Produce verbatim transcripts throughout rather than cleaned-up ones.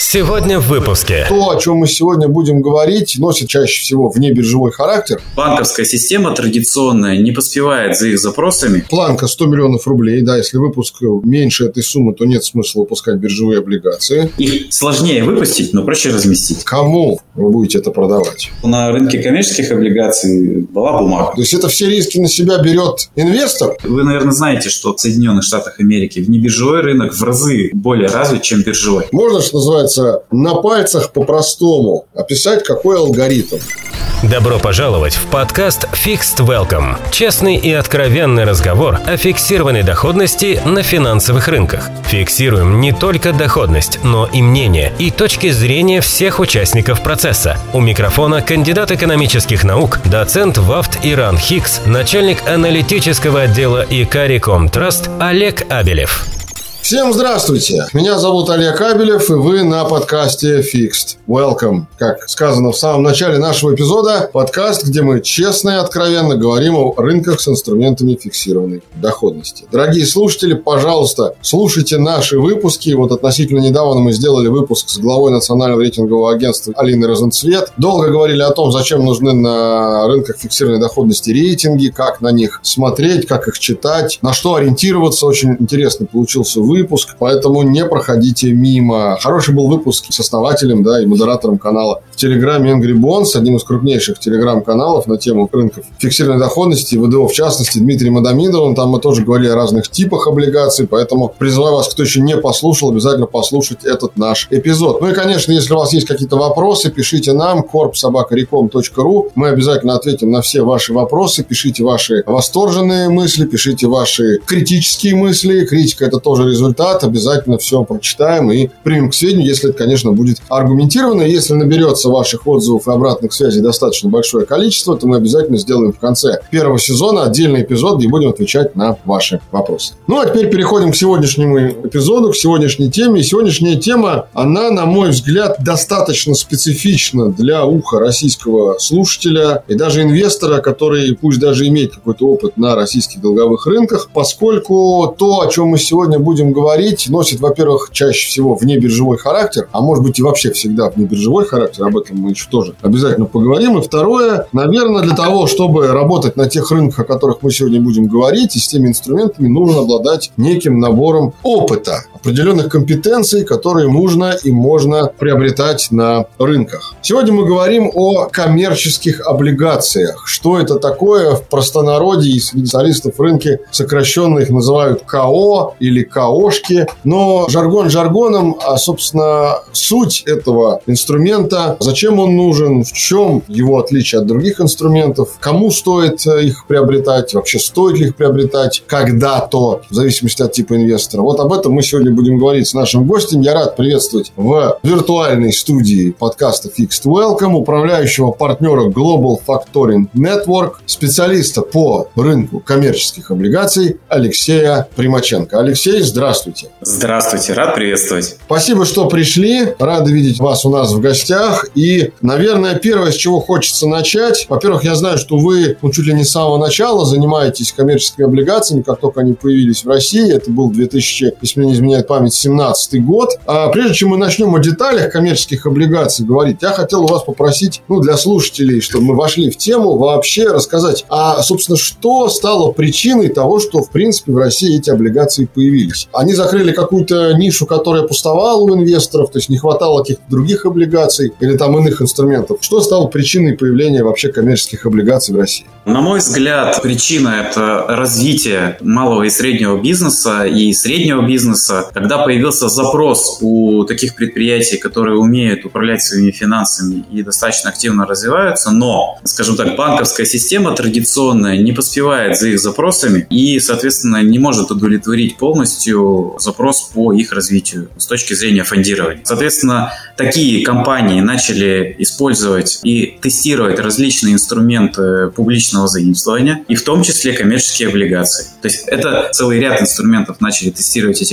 Сегодня в выпуске. То, о чем мы сегодня будем говорить, носит чаще всего внебиржевой характер. Банковская система традиционная не поспевает за их запросами. Планка сто миллионов рублей. Да, если выпуск меньше этой суммы, то нет смысла выпускать биржевые облигации. Их сложнее выпустить, но проще разместить. Кому вы будете это продавать? На рынке коммерческих облигаций была бумага. То есть это все риски на себя берет инвестор? Вы, наверное, знаете, что в Соединенных Штатах Америки внебиржевой рынок в разы более развит, чем биржевой. Можно, что называется, на пальцах по-простому описать, какой алгоритм. Добро пожаловать в подкаст Fixed Welcome. Честный и откровенный разговор о фиксированной доходности на финансовых рынках. Фиксируем не только доходность, но и мнение и точки зрения всех участников процесса. У микрофона кандидат экономических наук, доцент ВАФТ Иран Хикс, начальник аналитического отдела Икари Комтраст Олег Абелев. Всем здравствуйте! Меня зовут Олег Абелев, и вы на подкасте Fixed Welcome. Как сказано в самом начале нашего эпизода, подкаст, где мы честно и откровенно говорим о рынках с инструментами фиксированной доходности. Дорогие слушатели, пожалуйста, слушайте наши выпуски. Вот относительно недавно мы сделали выпуск с главой Национального рейтингового агентства Алиной Розенцвет. Долго говорили о том, зачем нужны на рынках фиксированной доходности рейтинги, как на них смотреть, как их читать, на что ориентироваться. Очень интересный получился выпуск. выпуск, поэтому не проходите мимо. Хороший был выпуск с основателем, да, и модератором канала в Телеграме Angry Bonds, одним из крупнейших телеграм-каналов на тему рынков фиксированной доходности, ВДО в частности, Дмитрием Адамидовым. Там мы тоже говорили о разных типах облигаций, поэтому призываю вас, кто еще не послушал, обязательно послушать этот наш эпизод. Ну и, конечно, если у вас есть какие-то вопросы, пишите нам корп собака реком точка ру. Мы обязательно ответим на все ваши вопросы. Пишите ваши восторженные мысли, пишите ваши критические мысли. Критика – это тоже результат. результат, обязательно все прочитаем и примем к сведению, если это, конечно, будет аргументированно. Если наберется ваших отзывов и обратных связей достаточно большое количество, то мы обязательно сделаем в конце первого сезона отдельный эпизод, где будем отвечать на ваши вопросы. Ну, а теперь переходим к сегодняшнему эпизоду, к сегодняшней теме. И сегодняшняя тема, она, на мой взгляд, достаточно специфична для уха российского слушателя и даже инвестора, который, пусть даже имеет какой-то опыт на российских долговых рынках, поскольку то, о чем мы сегодня будем говорить, носит, во-первых, чаще всего внебиржевой характер, а может быть и вообще всегда внебиржевой характер, об этом мы еще тоже обязательно поговорим. И второе, наверное, для того, чтобы работать на тех рынках, о которых мы сегодня будем говорить, и с теми инструментами нужно обладать неким набором опыта, определенных компетенций, которые нужно и можно приобретать на рынках. Сегодня мы говорим о коммерческих облигациях. Что это такое? В простонародье и специалистов рынке сокращенно их называют КАО или КАО. Но жаргон жаргоном, а, собственно, суть этого инструмента, зачем он нужен, в чем его отличие от других инструментов, кому стоит их приобретать, вообще стоит ли их приобретать когда-то, в зависимости от типа инвестора. Вот об этом мы сегодня будем говорить с нашим гостем. Я рад приветствовать в виртуальной студии подкаста Fixed Welcome управляющего партнера Global Factoring Network, специалиста по рынку коммерческих облигаций Алексея Примаченко. Алексей, здравствуйте. Здравствуйте. Здравствуйте, рад приветствовать. Спасибо, что пришли. Рады видеть вас у нас в гостях. И, наверное, первое, с чего хочется начать. Во-первых, я знаю, что вы, ну, чуть ли не с самого начала занимаетесь коммерческими облигациями, как только они появились в России. Это был две тысячи, если мне не изменяет память, семнадцатый год. А прежде чем мы начнем о деталях коммерческих облигаций говорить, я хотел у вас попросить, ну, для слушателей, чтобы мы вошли в тему, вообще рассказать, а, собственно, что стало причиной того, что, в принципе, в России эти облигации появились. Они закрыли какую-то нишу, которая пустовала у инвесторов, то есть не хватало каких-то других облигаций или там иных инструментов. Что стало причиной появления вообще коммерческих облигаций в России? На мой взгляд, причина – это развитие малого и среднего бизнеса и среднего бизнеса, когда появился запрос у таких предприятий, которые умеют управлять своими финансами и достаточно активно развиваются, но, скажем так, банковская система традиционная не поспевает за их запросами и, соответственно, не может удовлетворить полностью запрос по их развитию с точки зрения фондирования. Соответственно, такие компании начали использовать и тестировать различные инструменты публичного заимствования, и в том числе коммерческие облигации. То есть это целый ряд инструментов начали тестировать эти компании,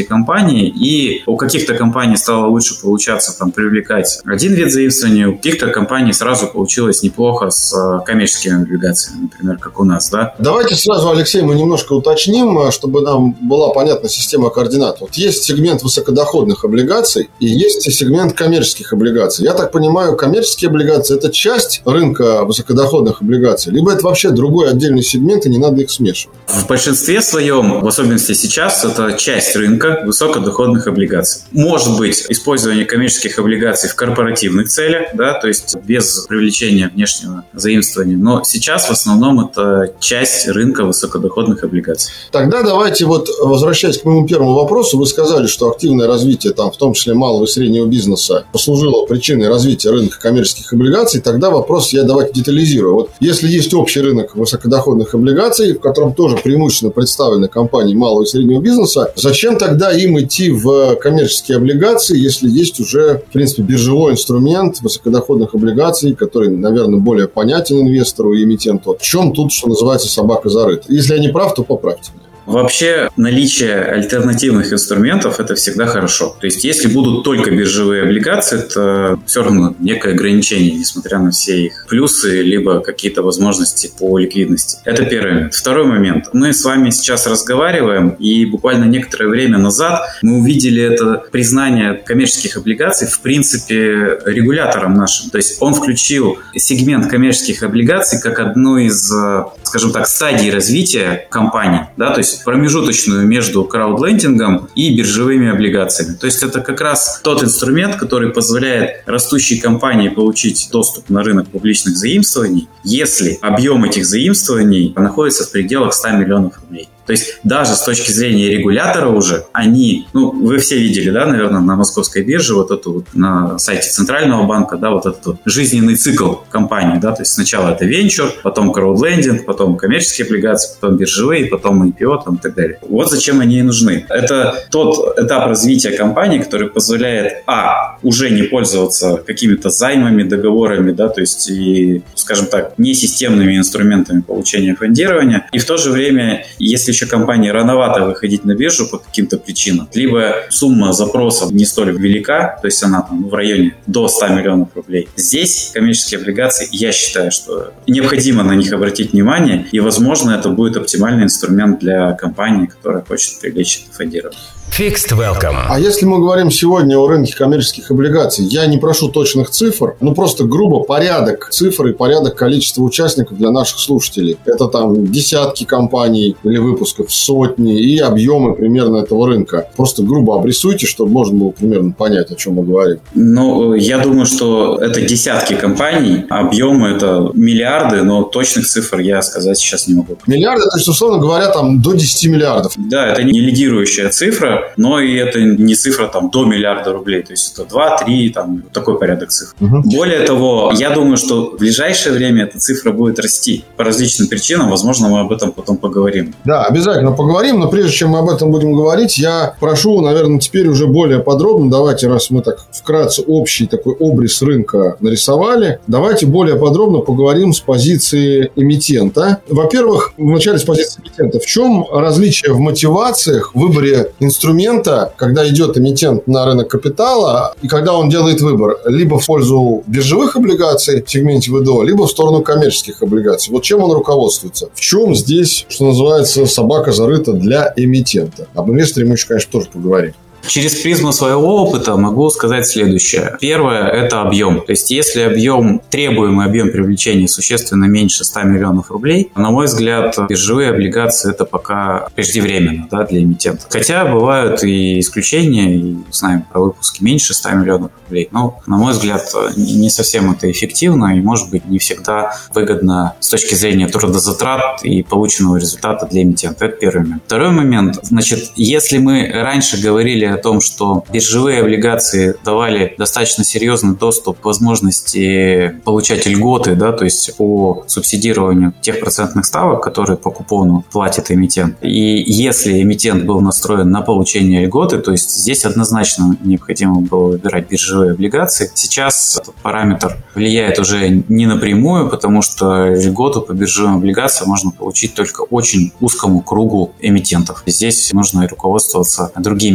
компаний, и у каких-то компаний стало лучше получаться там привлекать один вид заимствования, у каких-то компаний сразу получилось неплохо с коммерческими облигациями, например, как у нас, да. Давайте сразу, Алексей, мы немножко уточним, чтобы нам была понятна система координат. Вот есть сегмент высокодоходных облигаций и есть сегмент коммерческих облигаций. Я так понимаю, коммерческие облигации – это часть рынка высокодоходных облигаций, либо это вообще другой отдельный сегмент, и не надо их смешивать? В большинстве своем, в особенности сейчас, это часть рынка высокодоходных облигаций. Может быть использование коммерческих облигаций в корпоративных целях, да, то есть без привлечения внешнего заимствования, но сейчас в основном это часть рынка высокодоходных облигаций. Тогда давайте вот, возвращаясь к моему первому вопросу, вы сказали, что активное развитие, там, в том числе малого и среднего бизнеса, послужило причиной развития рынка коммерческих облигаций. Тогда вопрос я давайте детализирую. Вот если есть общий рынок высокодоходных облигаций, в котором тоже преимущественно представлены компании малого и среднего бизнеса, зачем тогда им идти в коммерческие облигации, если есть уже, в принципе, биржевой инструмент высокодоходных облигаций, который, наверное, более понятен инвестору и эмитенту? В чем тут, что называется, собака зарыта? Если я не прав, то поправьте меня. Вообще, наличие альтернативных инструментов – это всегда хорошо. То есть, если будут только биржевые облигации, это все равно некое ограничение, несмотря на все их плюсы, либо какие-то возможности по ликвидности. Это первый момент. Второй момент. Мы с вами сейчас разговариваем, и буквально некоторое время назад мы увидели это признание коммерческих облигаций, в принципе, регулятором нашим. То есть, он включил сегмент коммерческих облигаций как одну из, скажем так, стадий развития компании, да, то есть промежуточную между краудлендингом и биржевыми облигациями. То есть это как раз тот инструмент, который позволяет растущей компании получить доступ на рынок публичных заимствований, если объем этих заимствований находится в пределах ста миллионов рублей. То есть даже с точки зрения регулятора уже они, ну, вы все видели, да, наверное, на московской бирже вот эту вот, на сайте Центрального банка, да, вот этот вот жизненный цикл компании, да, то есть сначала это венчур, потом краудлендинг, потом коммерческие облигации, потом биржевые, потом ай пи о там, и так далее. Вот зачем они и нужны. Это тот этап развития компании, который позволяет, а, уже не пользоваться какими-то займами, договорами, да, то есть и, скажем так, несистемными инструментами получения фондирования, и в то же время, если еще компании рановато выходить на биржу по каким-то причинам, либо сумма запросов не столь велика, то есть она там в районе до ста миллионов рублей. Здесь коммерческие облигации, я считаю, что необходимо на них обратить внимание, и, возможно, это будет оптимальный инструмент для компании, которая хочет привлечь фондирование. Fixed Welcome. А если мы говорим сегодня о рынке коммерческих облигаций, я не прошу точных цифр, ну просто грубо порядок цифр и порядок количества участников для наших слушателей. Это там десятки компаний или выпусков, сотни и объемы примерно этого рынка. Просто грубо обрисуйте, чтобы можно было примерно понять, о чем мы говорим. Ну, я думаю, что это десятки компаний, объемы это миллиарды, но точных цифр я сказать сейчас не могу. Миллиарды, то есть, условно говоря, там до десяти миллиардов. Да, это не лидирующая цифра, но и это не цифра там до миллиарда рублей, то есть это два-три, там такой порядок цифр. Угу. Более того, я думаю, что в ближайшее время эта цифра будет расти по различным причинам, возможно, мы об этом потом поговорим. Да, обязательно поговорим, но прежде чем мы об этом будем говорить, я прошу, наверное, теперь уже более подробно, давайте, раз мы так вкратце общий такой обрис рынка нарисовали, давайте более подробно поговорим с позиции эмитента. Во-первых, вначале с позиции эмитента, в чем различие в мотивациях, в выборе инструментов, инструмента, когда идет эмитент на рынок капитала, и когда он делает выбор либо в пользу биржевых облигаций в сегменте вэ дэ о, либо в сторону коммерческих облигаций. Вот чем он руководствуется? В чем здесь, что называется, собака зарыта для эмитента? Об инвесторе мы еще, конечно, тоже поговорим. Через призму своего опыта могу сказать следующее. Первое – это объем. То есть, если объем, требуемый объем привлечения существенно меньше ста миллионов рублей, на мой взгляд, биржевые облигации – это пока преждевременно, да, для эмитента. Хотя бывают и исключения, и знаем про выпуски меньше ста миллионов рублей. Но, на мой взгляд, не совсем это эффективно и, может быть, не всегда выгодно с точки зрения трудозатрат и полученного результата для эмитента. Это первый момент. Второй момент. Значит, если мы раньше говорили о том, что биржевые облигации давали достаточно серьезный доступ к возможности получать льготы, да, то есть по субсидированию тех процентных ставок, которые по купону платит эмитент. И если эмитент был настроен на получение льготы, то есть здесь однозначно необходимо было выбирать биржевые облигации. Сейчас этот параметр влияет уже не напрямую, потому что льготу по биржевым облигациям можно получить только очень узкому кругу эмитентов. Здесь нужно руководствоваться другими параметрами.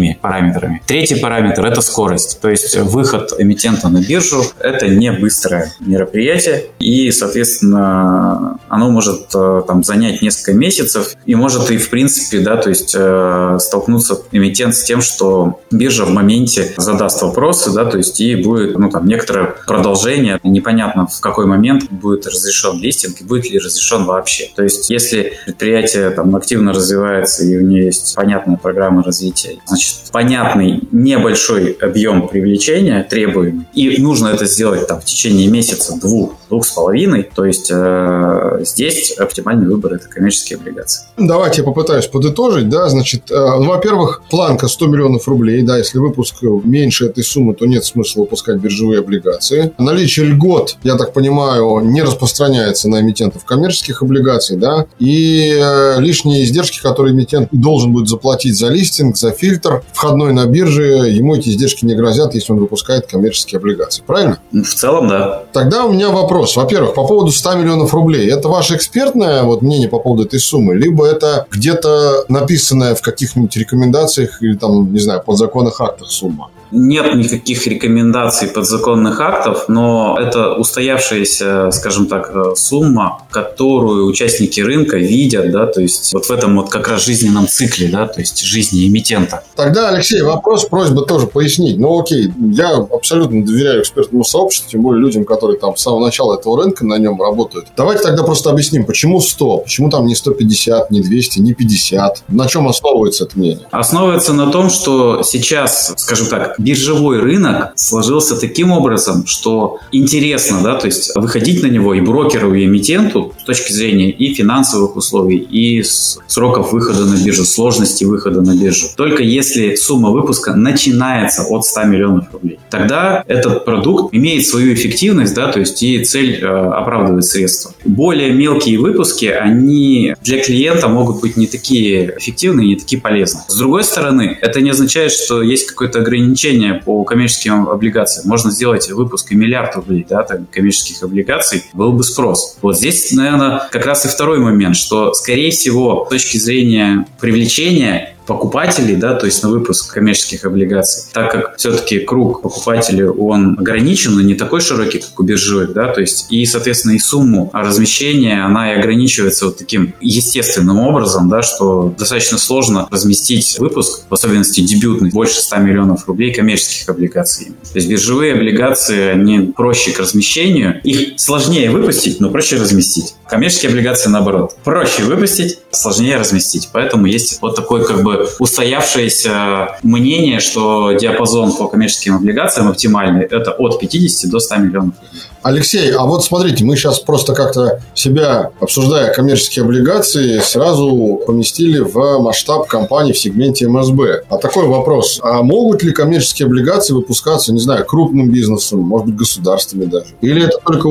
параметрами. Третий параметр – это скорость. То есть выход эмитента на биржу – это не быстрое мероприятие, и, соответственно, оно может там занять несколько месяцев, и может и в принципе, да, то есть столкнуться эмитент с тем, что биржа в моменте задаст вопросы, да, то есть и будет, ну, там, некоторое продолжение, непонятно в какой момент будет разрешен листинг и будет ли разрешен вообще. То есть если предприятие там активно развивается и у нее есть понятная программа развития, значит, понятный небольшой объем привлечения требуемый, и нужно это сделать там в течение месяца, двух, двух с половиной, то есть э, здесь оптимальный выбор – это коммерческие облигации. Давайте я попытаюсь подытожить, да, значит, э, ну, во-первых, планка сто миллионов рублей, да, если выпуск меньше этой суммы, то нет смысла выпускать биржевые облигации. Наличие льгот, я так понимаю, не распространяется на эмитентов коммерческих облигаций, да, и э, лишние издержки, которые эмитент должен будет заплатить за листинг, за фильтр входной на бирже, ему эти издержки не грозят, если он выпускает коммерческие облигации. Правильно? В целом, да. Тогда у меня вопрос. Во-первых, по поводу ста миллионов рублей. Это ваше экспертное вот, мнение по поводу этой суммы, либо это где-то написанное в каких-нибудь рекомендациях или там, не знаю, подзаконных актах сумма? Нет никаких рекомендаций подзаконных актов, но это устоявшаяся, скажем так, сумма, которую участники рынка видят, да, то есть вот в этом вот как раз жизненном цикле, да, то есть жизни эмитента. Тогда, Алексей, вопрос, просьба тоже пояснить. Ну, окей, я абсолютно доверяю экспертному сообществу, тем более людям, которые там с самого начала этого рынка на нем работают. Давайте тогда просто объясним, почему сто, почему там не сто пятьдесят, не двести, не пятьдесят. На чем основывается это мнение? Основывается на том, что сейчас, скажем так, биржевой рынок сложился таким образом, что интересно, да, то есть выходить на него и брокеру, и эмитенту с точки зрения и финансовых условий, и сроков выхода на биржу, сложности выхода на биржу. Только если сумма выпуска начинается от ста миллионов рублей. Тогда этот продукт имеет свою эффективность, да, то есть и цель э, оправдывает средства. Более мелкие выпуски, они для клиента могут быть не такие эффективны, не такие полезны. С другой стороны, это не означает, что есть какое-то ограничение по коммерческим облигациям. Можно сделать выпуск и миллиард рублей, да, там, коммерческих облигаций, был бы спрос. Вот здесь, наверное, как раз и второй момент, что, скорее всего, с точки зрения привлечения покупателей, да, то есть на выпуск коммерческих облигаций, так как все-таки круг покупателей, он ограничен, но не такой широкий, как у биржевых, да, то есть и, соответственно, и сумму размещения, она и ограничивается вот таким естественным образом, да, что достаточно сложно разместить выпуск, в особенности дебютный, больше ста миллионов рублей коммерческих облигаций. То есть биржевые облигации, они проще к размещению, их сложнее выпустить, но проще разместить. Коммерческие облигации, наоборот, проще выпустить, сложнее разместить, поэтому есть вот такой как бы устоявшееся мнение, что диапазон по коммерческим облигациям оптимальный – это от пятидесяти до ста миллионов. Алексей, а вот смотрите, мы сейчас просто как-то себя, обсуждая коммерческие облигации, сразу поместили в масштаб компаний в сегменте эм эс бэ. А такой вопрос, а могут ли коммерческие облигации выпускаться, не знаю, крупным бизнесом, может быть, государствами даже? Или это только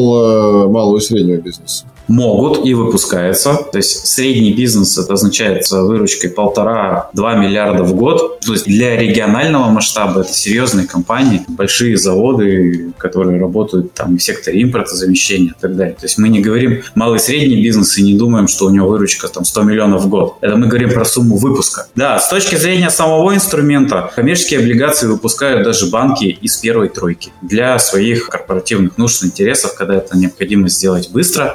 удел малого и среднего бизнеса? Могут и выпускаются. То есть средний бизнес, это означает с выручкой полтора-два миллиарда в год. То есть для регионального масштаба это серьезные компании, большие заводы, которые работают там в секторе импортозамещения и так далее. То есть мы не говорим малый и средний бизнес и не думаем, что у него выручка там сто миллионов в год. Это мы говорим про сумму выпуска. Да, с точки зрения самого инструмента, коммерческие облигации выпускают даже банки из первой тройки для своих корпоративных нужд и интересов, когда это необходимо сделать быстро,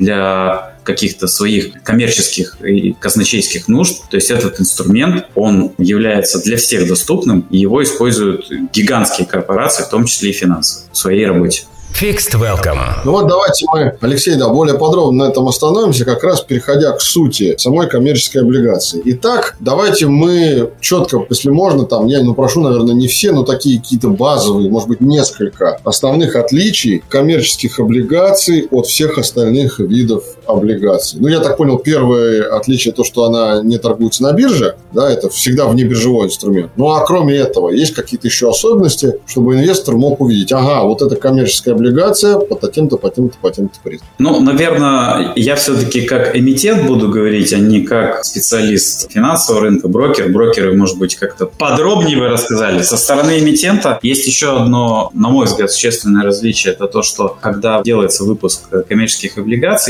для каких-то своих коммерческих и казначейских нужд. То есть этот инструмент, он является для всех доступным, и его используют гигантские корпорации, в том числе и финансовые, в своей работе. Fixed Welcome. Ну вот давайте мы, Алексей, да, более подробно на этом остановимся, как раз переходя к сути самой коммерческой облигации. Итак, давайте мы четко, если можно, там, я ну, прошу, наверное, не все, но такие какие-то базовые, может быть, несколько основных отличий коммерческих облигаций от всех остальных видов облигаций. Ну, я так понял, первое отличие то, что она не торгуется на бирже, да, это всегда внебиржевой инструмент. Ну, а кроме этого, есть какие-то еще особенности, чтобы инвестор мог увидеть, ага, вот это коммерческая облигация, облигация по тем-то, по тем-то, по тем-то признакам. Ну, наверное, я все-таки как эмитент буду говорить, а не как специалист финансового рынка, брокер. Брокеры, может быть, как-то подробнее вы рассказали. Со стороны эмитента есть еще одно, на мой взгляд, существенное различие. Это то, что когда делается выпуск коммерческих облигаций, эмитент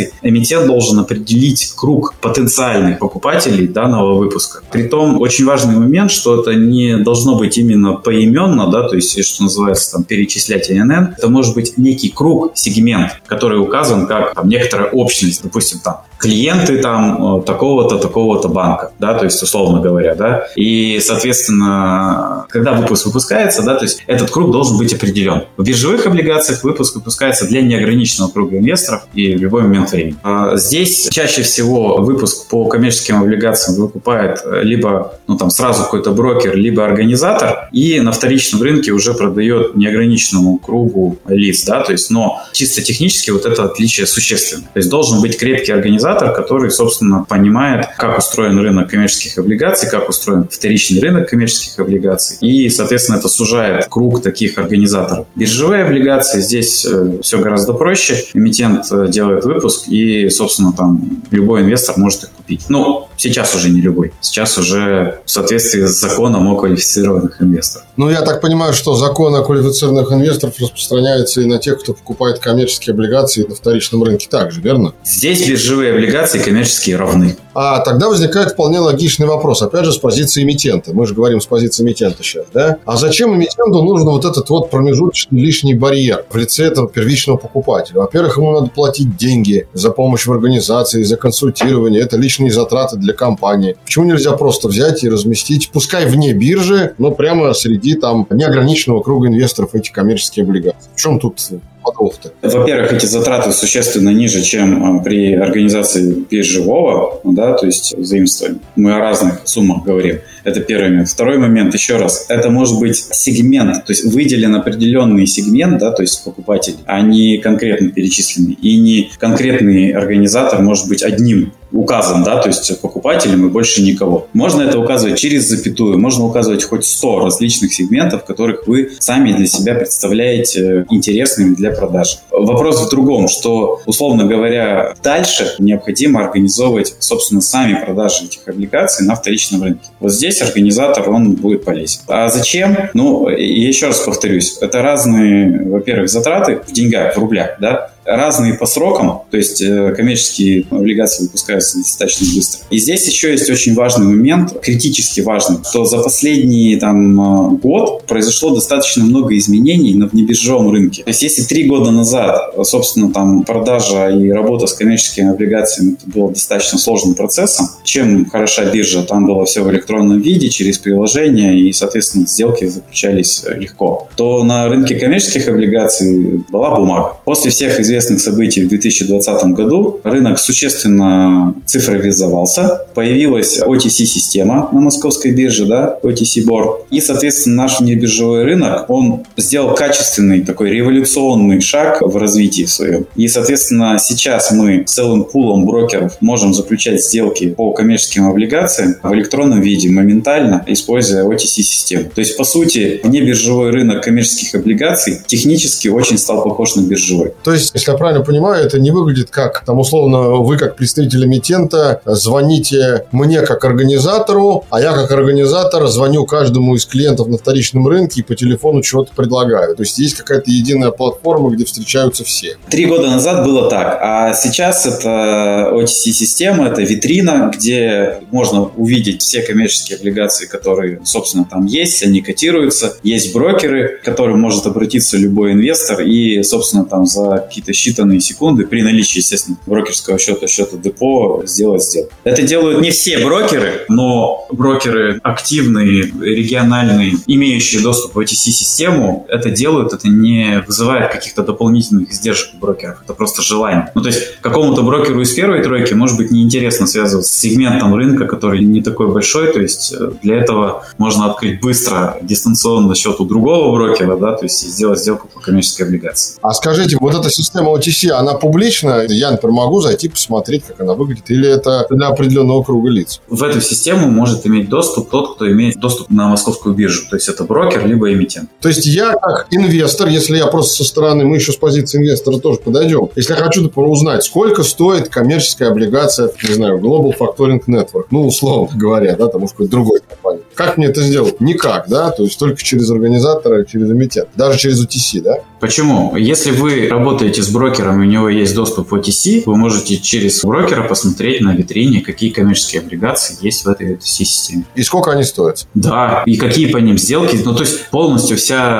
эмитент должен определить круг потенциальных покупателей данного выпуска. Притом очень важный момент, что это не должно быть именно поименно, да, то есть, что называется, там, перечислять эн эн эн. Это может быть некий круг, сегмент, который указан как там, некоторая общность, допустим, там, клиенты там такого-то, такого-то банка, да, то есть, условно говоря, да, и, соответственно, когда выпуск выпускается, да, то есть, этот круг должен быть определен. В биржевых облигациях выпуск выпускается для неограниченного круга инвесторов и в любой момент времени. А здесь чаще всего выпуск по коммерческим облигациям выкупает либо, ну, там, сразу какой-то брокер, либо организатор, и на вторичном рынке уже продает неограниченному кругу лиц, да, то есть, но чисто технически вот это отличие существенно. То есть, должен быть крепкий организатор, который, собственно, понимает, как устроен рынок коммерческих облигаций, как устроен вторичный рынок коммерческих облигаций, и, соответственно, это сужает круг таких организаторов. Биржевые облигации, здесь э, все гораздо проще. Эмитент э, делает выпуск, и, собственно, там любой инвестор может их купить. Ну, сейчас уже не любой. Сейчас уже в соответствии с законом о квалифицированных инвесторах. Ну, я так понимаю, что закон о квалифицированных инвесторах распространяется и на тех, кто покупает коммерческие облигации на вторичном рынке также, верно? Здесь биржевые облигации коммерческие равны. А тогда возникает вполне логичный вопрос, опять же, с позиции эмитента. Мы же говорим с позиции эмитента сейчас, да? А зачем эмитенту нужен вот этот вот промежуточный лишний барьер в лице этого первичного покупателя? Во-первых, ему надо платить деньги за помощь в организации, за консультирование. Это лишние затраты для компании. Почему нельзя просто взять и разместить, пускай вне биржи, но прямо среди там неограниченного круга инвесторов эти коммерческие облигации? В чем тут подвох-то? Во-первых, эти затраты существенно ниже, чем при организации биржевого, да, то есть заимствования. Мы о разных суммах говорим. Это первый момент. Второй момент, еще раз, это может быть сегмент, то есть выделен определенный сегмент, да, то есть покупателей, а не конкретно перечисленный. И не конкретный организатор может быть одним указан, да, то есть покупателем и больше никого. Можно это указывать через запятую, можно указывать хоть сто различных сегментов, которых вы сами для себя представляете интересными для продажи. Вопрос в другом, что, условно говоря, дальше необходимо организовывать, собственно, сами продажи этих облигаций на вторичном рынке. Вот здесь организатор, он будет полезен. А зачем? Ну, я еще раз повторюсь, это разные, во-первых, затраты в деньгах, в рублях, да, разные по срокам, то есть э, коммерческие облигации выпускаются достаточно быстро. И здесь еще есть очень важный момент, критически важный, что за последний там, год произошло достаточно много изменений на внебиржевом рынке. То есть если три года назад, собственно, там продажа и работа с коммерческими облигациями это было достаточно сложным процессом, чем хороша биржа, там было все в электронном виде, через приложение, и, соответственно, сделки заключались легко, то на рынке коммерческих облигаций была бумага. После всех известных известных событий в две тысячи двадцатом году рынок существенно цифровизовался, появилась о ти си-система на московской бирже, да, о ти си-борд, и, соответственно, наш внебиржевой рынок, он сделал качественный такой революционный шаг в развитии своем. И, соответственно, сейчас мы целым пулом брокеров можем заключать сделки по коммерческим облигациям в электронном виде моментально, используя о ти си-систему. То есть, по сути, внебиржевой рынок коммерческих облигаций технически очень стал похож на биржевой. То есть, если я правильно понимаю, это не выглядит как, там, условно, вы как представитель эмитента звоните мне как организатору, а я как организатор звоню каждому из клиентов на вторичном рынке и по телефону чего-то предлагаю. То есть, есть какая-то единая платформа, где встречаются все. Три года назад было так, а сейчас это о ти си-система, это витрина, где можно увидеть все коммерческие облигации, которые, собственно, там есть, они котируются. Есть брокеры, к которым может обратиться любой инвестор и, собственно, там за какие-то считанные секунды при наличии, естественно, брокерского счета, счета депо сделать сделку. Это делают не все брокеры, но брокеры активные, региональные, имеющие доступ в о ти си-систему, это делают, это не вызывает каких-то дополнительных издержек у брокеров, это просто желание. Ну, то есть какому-то брокеру из первой тройки может быть неинтересно связываться с сегментом рынка, который не такой большой, то есть для этого можно открыть быстро дистанционно счет у другого брокера, да, то есть сделать сделку по коммерческой облигации. А скажите, вот эта система о ти си, она публична? Я, например, могу зайти посмотреть, как она выглядит, или это для определенного круга лиц? В эту систему может иметь доступ тот, кто имеет доступ на московскую биржу, то есть это брокер, либо эмитент. То есть я как инвестор, если я просто со стороны, мы еще с позиции инвестора тоже подойдем, если я хочу, например, узнать, сколько стоит коммерческая облигация, не знаю, Global Factoring Network, ну, условно говоря, да, там, может быть, другой компании. Как мне это сделать? Никак, да? То есть только через организатора, через эмитент. Даже через о ти си, да? Почему? Если вы работаете с брокером, и у него есть доступ в о ти си, вы можете через брокера посмотреть на витрине, какие коммерческие облигации есть в этой о ти си-системе. И сколько они стоят? Да, и какие по ним сделки. Ну, то есть полностью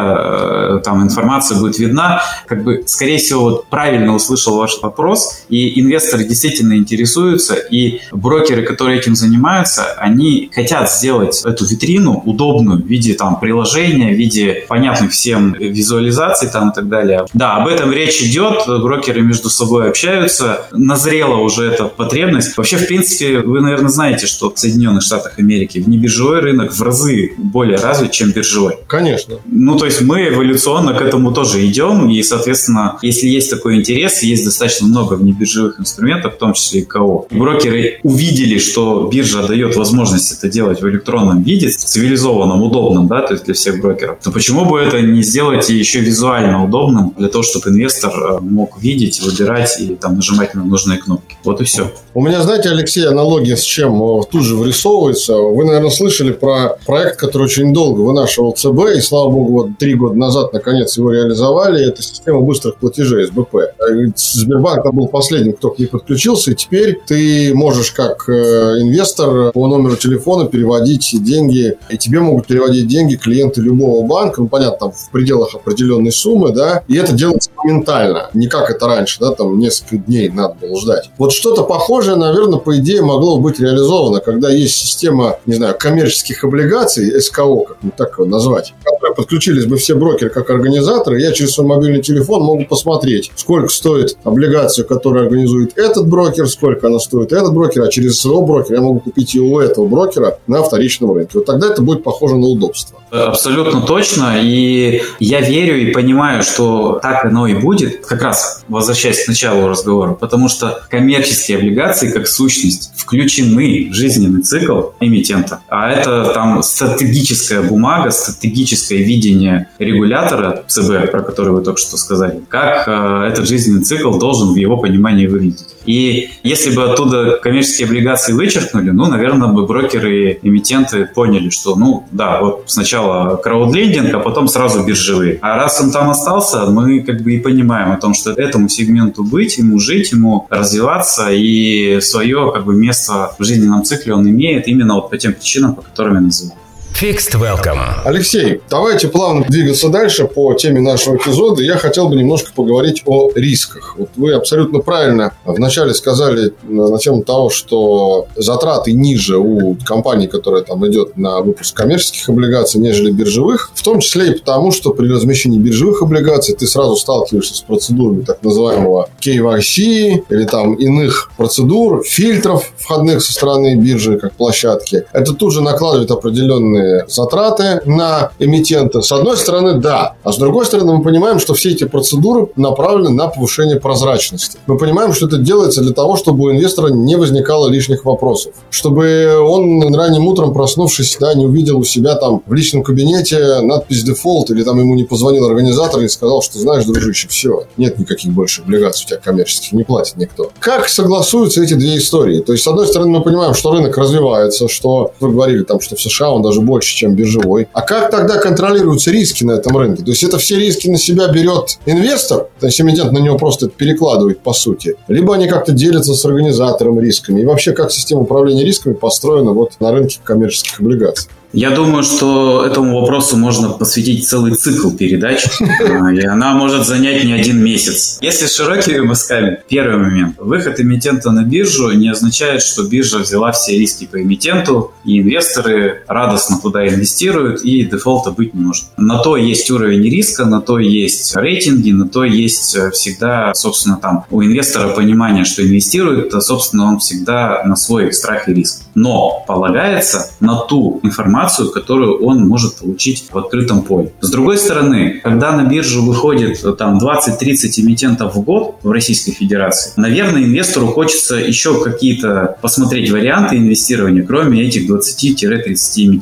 вся там информация будет видна. Как бы, скорее всего, вот правильно услышал ваш вопрос, и инвесторы действительно интересуются, и брокеры, которые этим занимаются, они хотят сделать эту витрину удобную в виде там приложения, в виде понятных всем визуализаций там и так далее. Да, об этом речь идет, брокеры между собой общаются, назрела уже эта потребность. Вообще, в принципе, вы, наверное, знаете, что в Соединенных Штатах Америки внебиржевой рынок в разы более развит, чем биржевой. Конечно. Ну, то есть мы эволюционно к этому тоже идем, и, соответственно, если есть такой интерес, есть достаточно много внебиржевых инструментов, в том числе и КО. Брокеры увидели, что биржа дает возможность это делать в электронном виде, цивилизованном, удобном, да, то есть для всех брокеров, то почему бы это не сделать еще визуально удобным для того, чтобы инвестор мог видеть, выбирать и там нажимать на нужные кнопки. Вот и все. У меня, знаете, Алексей, аналогия с чем тут же вырисовывается. Вы, наверное, слышали про проект, который очень долго вынашивал ЦБ, и, слава богу, вот три года назад, наконец, его реализовали. Это система быстрых платежей, эс бэ пэ. Сбербанк был последним, кто к ней подключился, и теперь ты можешь, как инвестор, по номеру телефона переводить деньги, и тебе могут переводить деньги клиенты любого банка, ну, понятно, там, в пределах определенной суммы, да, и это делается моментально, не как это раньше, да, там, несколько дней надо было ждать. Вот что-то похожее, наверное, по идее, могло быть реализовано, когда есть система, не знаю, коммерческих облигаций, эс ка о, как так его назвать, которые подключились бы все брокеры как организаторы, я через свой мобильный телефон могу посмотреть, сколько стоит облигация, которую организует этот брокер, сколько она стоит этот брокер, а через своего брокера я могу купить и у этого брокера на вторичном рынке. Вот тогда это будет похоже на удобство. Абсолютно точно. И я верю и понимаю, что так оно и будет. Как раз возвращаясь к началу разговора. Потому что коммерческие облигации как сущность включены в жизненный цикл эмитента. А это там стратегическая бумага, стратегическое видение регулятора ЦБ, про который вы только что сказали. Как э, этот жизненный цикл должен в его понимании выглядеть. И если бы оттуда коммерческие облигации вычеркнули, ну, наверное, бы брокеры и эмитенты поняли, что, ну, да, вот сначала краудлендинг, а потом сразу биржевые. А раз он там остался, мы как бы и понимаем о том, что этому сегменту быть, ему жить, ему развиваться, и свое как бы место в жизненном цикле он имеет именно вот по тем причинам, по которым я называл. Fixed Welcome. Алексей, давайте плавно двигаться дальше по теме нашего эпизода. Я хотел бы немножко поговорить о рисках. Вот вы абсолютно правильно вначале сказали на тему того, что затраты ниже у компании, которая там идет на выпуск коммерческих облигаций, нежели биржевых. В том числе и потому, что при размещении биржевых облигаций ты сразу сталкиваешься с процедурами так называемого кей вай си или там иных процедур, фильтров входных со стороны биржи как площадки. Это тут же накладывает определенные затраты на эмитента. С одной стороны, да. А с другой стороны, мы понимаем, что все эти процедуры направлены на повышение прозрачности. Мы понимаем, что это делается для того, чтобы у инвестора не возникало лишних вопросов. Чтобы он ранним утром, проснувшись, да, не увидел у себя там в личном кабинете надпись «дефолт» или там ему не позвонил организатор и сказал, что знаешь, дружище, все, нет никаких больше облигаций у тебя коммерческих, не платит никто. Как согласуются эти две истории? То есть, с одной стороны, мы понимаем, что рынок развивается, что вы говорили там, что в США он даже больше больше, чем биржевой. А как тогда контролируются риски на этом рынке? То есть это все риски на себя берет инвестор, то есть эмитент на него просто это перекладывает по сути. Либо они как-то делятся с организатором рисками. И вообще как система управления рисками построена вот на рынке коммерческих облигаций? Я думаю, что этому вопросу можно посвятить целый цикл передач, и она может занять не один месяц. Если широкими мазками, первый момент. Выход эмитента на биржу не означает, что биржа взяла все риски по эмитенту, и инвесторы радостно туда инвестируют, и дефолта быть не может. На то есть уровень риска, на то есть рейтинги, на то есть всегда, собственно, там у инвестора понимание, что инвестирует, то, собственно, он всегда на свой страх и риск. Но полагается на ту информацию, которую он может получить в открытом поле. С другой стороны, когда на биржу выходит там двадцать-тридцать эмитентов в год в Российской Федерации, наверное, инвестору хочется еще какие-то посмотреть варианты инвестирования, кроме этих двадцати-тридцати эмитентов.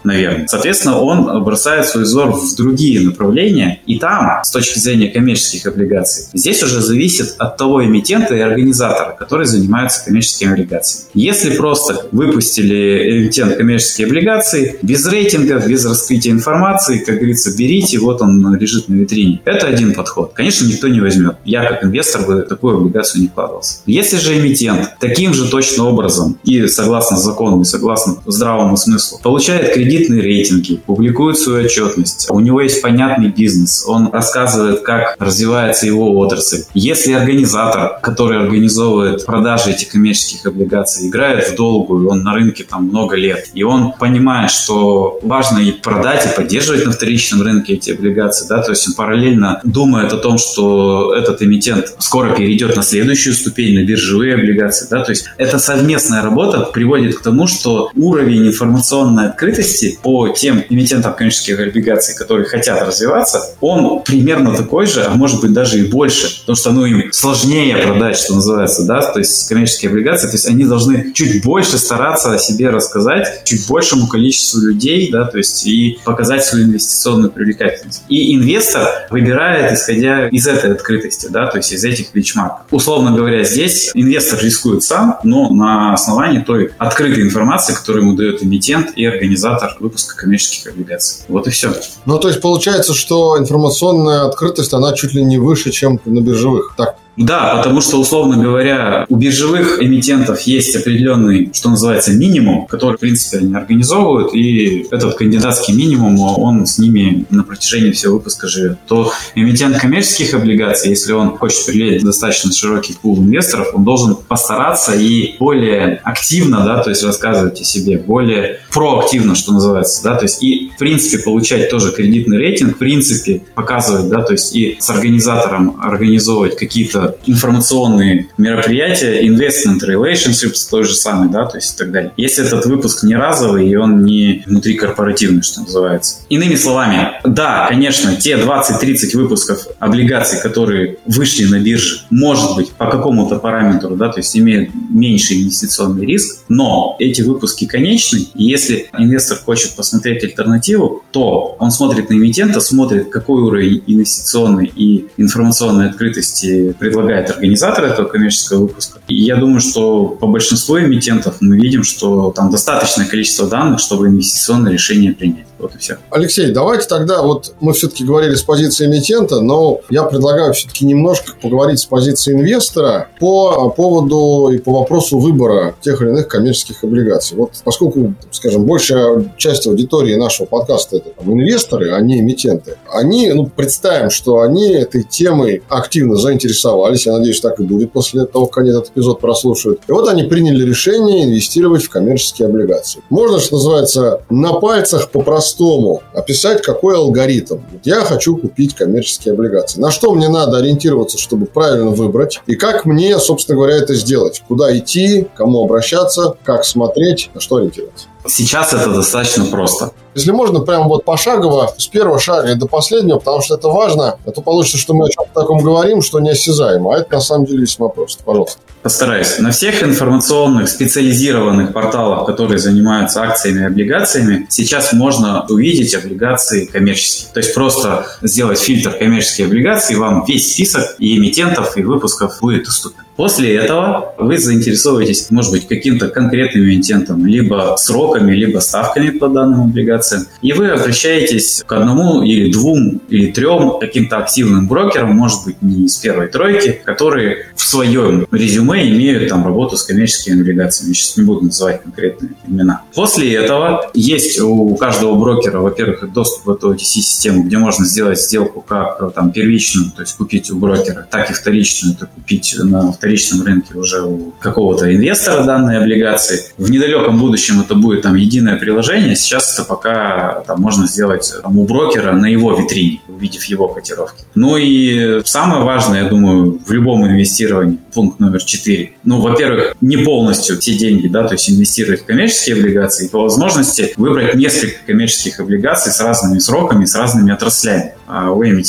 наверное. Соответственно, он бросает свой взор в другие направления, и там, с точки зрения коммерческих облигаций, здесь уже зависит от того эмитента и организатора, который занимается коммерческими облигациями. Если просто выпустили эмитент коммерческие облигации, без рейтингов, без раскрытия информации, как говорится, берите, вот он лежит на витрине. Это один подход. Конечно, никто не возьмет. Я, как инвестор, бы такую облигацию не вкладывался. Если же эмитент таким же точно образом и согласно закону, и согласно здравому смыслу, получает кредитные рейтинги, публикует свою отчетность, у него есть понятный бизнес, он рассказывает, как развивается его отрасль. Если организатор, который организовывает продажи этих коммерческих облигаций, играет в долгую, он на рынке там много лет, и он понимает, что важно и продать, и поддерживать на вторичном рынке эти облигации, да, то есть он параллельно думает о том, что этот эмитент скоро перейдет на следующую ступень, на биржевые облигации, да, то есть эта совместная работа приводит к тому, что уровень информационной открытости по тем эмитентам коммерческих облигаций, которые хотят развиваться, он примерно такой же, а может быть даже и больше, потому что ну, им сложнее продать, что называется, да, то есть коммерческие облигации, то есть они должны чуть больше стараться о себе рассказать, чуть большему количеству людей, да, то есть и показать свою инвестиционную привлекательность. И инвестор выбирает, исходя из этой открытости, да, то есть из этих бенчмарков. Условно говоря, здесь инвестор рискует сам, но на основании той открытой информации, которую ему дает эмитент и организатор выпуска коммерческих облигаций. Вот и все. Ну, то есть получается, что информационная открытость, она чуть ли не выше, чем на биржевых. Так. Да, потому что, условно говоря, у биржевых эмитентов есть определенный, что называется, минимум, который, в принципе, они организовывают, и этот кандидатский минимум, он с ними на протяжении всего выпуска живет. То эмитент коммерческих облигаций, если он хочет привлечь достаточно широкий пул инвесторов, он должен постараться и более активно, да, то есть рассказывать о себе, более проактивно, что называется, да, то есть и, в принципе, получать тоже кредитный рейтинг, в принципе, показывать, да, то есть и с организатором организовывать какие-то информационные мероприятия, investment relationships, то же самое, да, то есть и так далее. Если этот выпуск не разовый, и он не внутрикорпоративный, что называется. Иными словами, да, конечно, те двадцать-тридцать выпусков облигаций, которые вышли на бирже, может быть, по какому-то параметру, да, то есть имеют меньший инвестиционный риск, но эти выпуски конечны, и если инвестор хочет посмотреть альтернативу, то он смотрит на эмитента, смотрит, какой уровень инвестиционной и информационной открытости предлагает организатор этого коммерческого выпуска. И я думаю, что по большинству эмитентов мы видим, что там достаточное количество данных, чтобы инвестиционное решение принять. Вот и все. Алексей, давайте тогда, вот мы все-таки говорили с позиции эмитента, но я предлагаю все-таки немножко поговорить с позиции инвестора по поводу и по вопросу выбора тех или иных коммерческих облигаций. Вот поскольку, скажем, большая часть аудитории нашего подкаста это там, инвесторы, а не эмитенты, они, ну, представим, что они этой темой активно заинтересовались, я надеюсь, так и будет после того, как они этот эпизод прослушают. И вот они приняли решение инвестировать в коммерческие облигации. Можно, что называется, на пальцах по-простому описать, какой алгоритм. Вот я хочу купить коммерческие облигации. На что мне надо ориентироваться, чтобы правильно выбрать? И как мне, собственно говоря, это сделать? Куда идти? Кому обращаться? Как смотреть? На что ориентироваться? Сейчас это достаточно просто. Если можно, прямо вот пошагово, с первого шага и до последнего, потому что это важно, а то получится, что мы о чем-то таком говорим, что неосязаемо, а это на самом деле весьма просто. Пожалуйста. Постараюсь. На всех информационных, специализированных порталах, которые занимаются акциями и облигациями, сейчас можно увидеть облигации коммерческие. То есть просто сделать фильтр коммерческие облигации, вам весь список и эмитентов, и выпусков будет доступен. После этого вы заинтересуетесь, может быть, каким-то конкретным эмитентом, либо сроками, либо ставками по данным облигациям, и вы обращаетесь к одному или двум или трем каким-то активным брокерам, может быть, не из первой тройки, которые в своем резюме имеют там работу с коммерческими облигациями. Я сейчас не буду называть конкретные имена. После этого есть у каждого брокера, во-первых, доступ в эту о ти си-систему, где можно сделать сделку как там первичную, то есть купить у брокера, так и вторичную, это купить на вторичном рынке уже у какого-то инвестора данной облигации. В недалеком будущем это будет там единое приложение. Сейчас это пока там можно сделать там, у брокера на его витрине, увидев его котировки. Ну и самое важное, я думаю, в любом инвестировании, пункт номер четыре. Ну, во-первых, не полностью все деньги, да, то есть инвестировать в коммерческие облигации, и по возможности выбрать несколько коммерческих облигаций с разными сроками, с разными отраслями а, у эмитентов.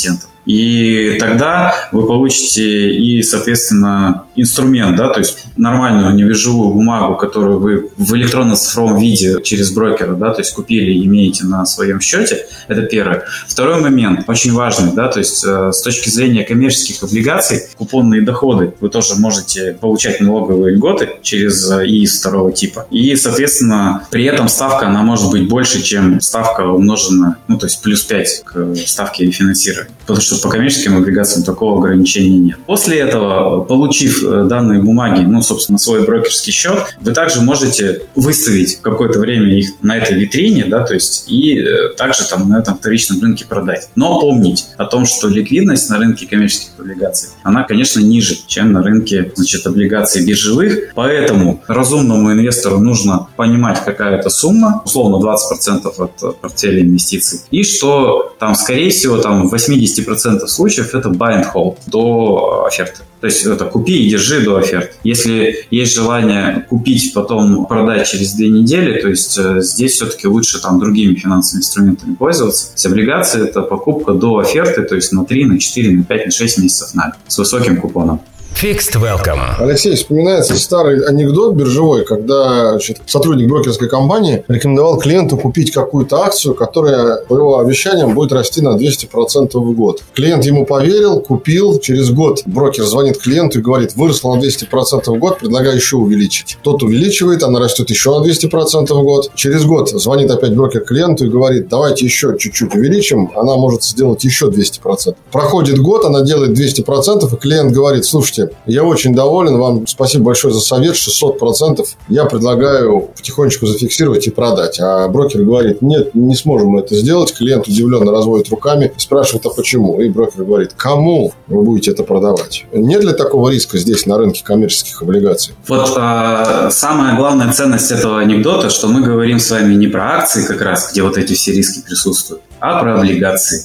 И тогда вы получите и, соответственно, инструмент, да, то есть нормальную небиржевую бумагу, которую вы в электронно-цифровом виде через брокера, да, то есть купили и имеете на своем счете. Это первое. Второй момент, очень важный, да, то есть э, с точки зрения коммерческих облигаций, купонные доходы вы тоже можете получать налоговые льготы через ИИС второго типа. И, соответственно, при этом ставка, она может быть больше, чем ставка умноженная, ну, то есть плюс пять к ставке финансирования. Потому что по коммерческим облигациям такого ограничения нет. После этого, получив данные бумаги, ну, собственно, на свой брокерский счет, вы также можете выставить какое-то время их на этой витрине, да, то есть и также там на этом вторичном рынке продать. Но помнить о том, что ликвидность на рынке коммерческих облигаций, она, конечно, ниже, чем на рынке, значит, облигаций биржевых. Поэтому разумному инвестору нужно понимать, какая это сумма, условно двадцать процентов от портфеля инвестиций, и что там, скорее всего, там в восемьдесят процентов случаев это buy and hold до оферты. То есть это купи и держи до оферты. Если есть желание купить, потом продать через две недели, то есть э, здесь все-таки лучше там другими финансовыми инструментами пользоваться. То есть облигации – это покупка до оферты, то есть на три, на четыре, на пять, на шесть месяцев на год с высоким купоном. Fixed Welcome. Алексей, вспоминается старый анекдот биржевой, когда, значит, сотрудник брокерской компании рекомендовал клиенту купить какую-то акцию, которая, по его обещаниям, будет расти на двести процентов в год. Клиент ему поверил, купил. Через год брокер звонит клиенту и говорит: выросла на двести процентов в год, предлагаю еще увеличить. Тот увеличивает, она растет еще на двести процентов в год. Через год звонит опять брокер клиенту и говорит: давайте еще чуть-чуть увеличим, она может сделать еще двести процентов. Проходит год, она делает двести процентов, и клиент говорит: слушайте, я очень доволен, вам спасибо большое за совет, шестьсот процентов. Я предлагаю потихонечку зафиксировать и продать. А брокер говорит: нет, не сможем мы это сделать. Клиент удивленно разводит руками, спрашивает: а почему? И брокер говорит: кому вы будете это продавать? Нет ли такого риска здесь на рынке коммерческих облигаций? Вот а, самая главная ценность этого анекдота, что мы говорим с вами не про акции как раз, где вот эти все риски присутствуют, а про облигации.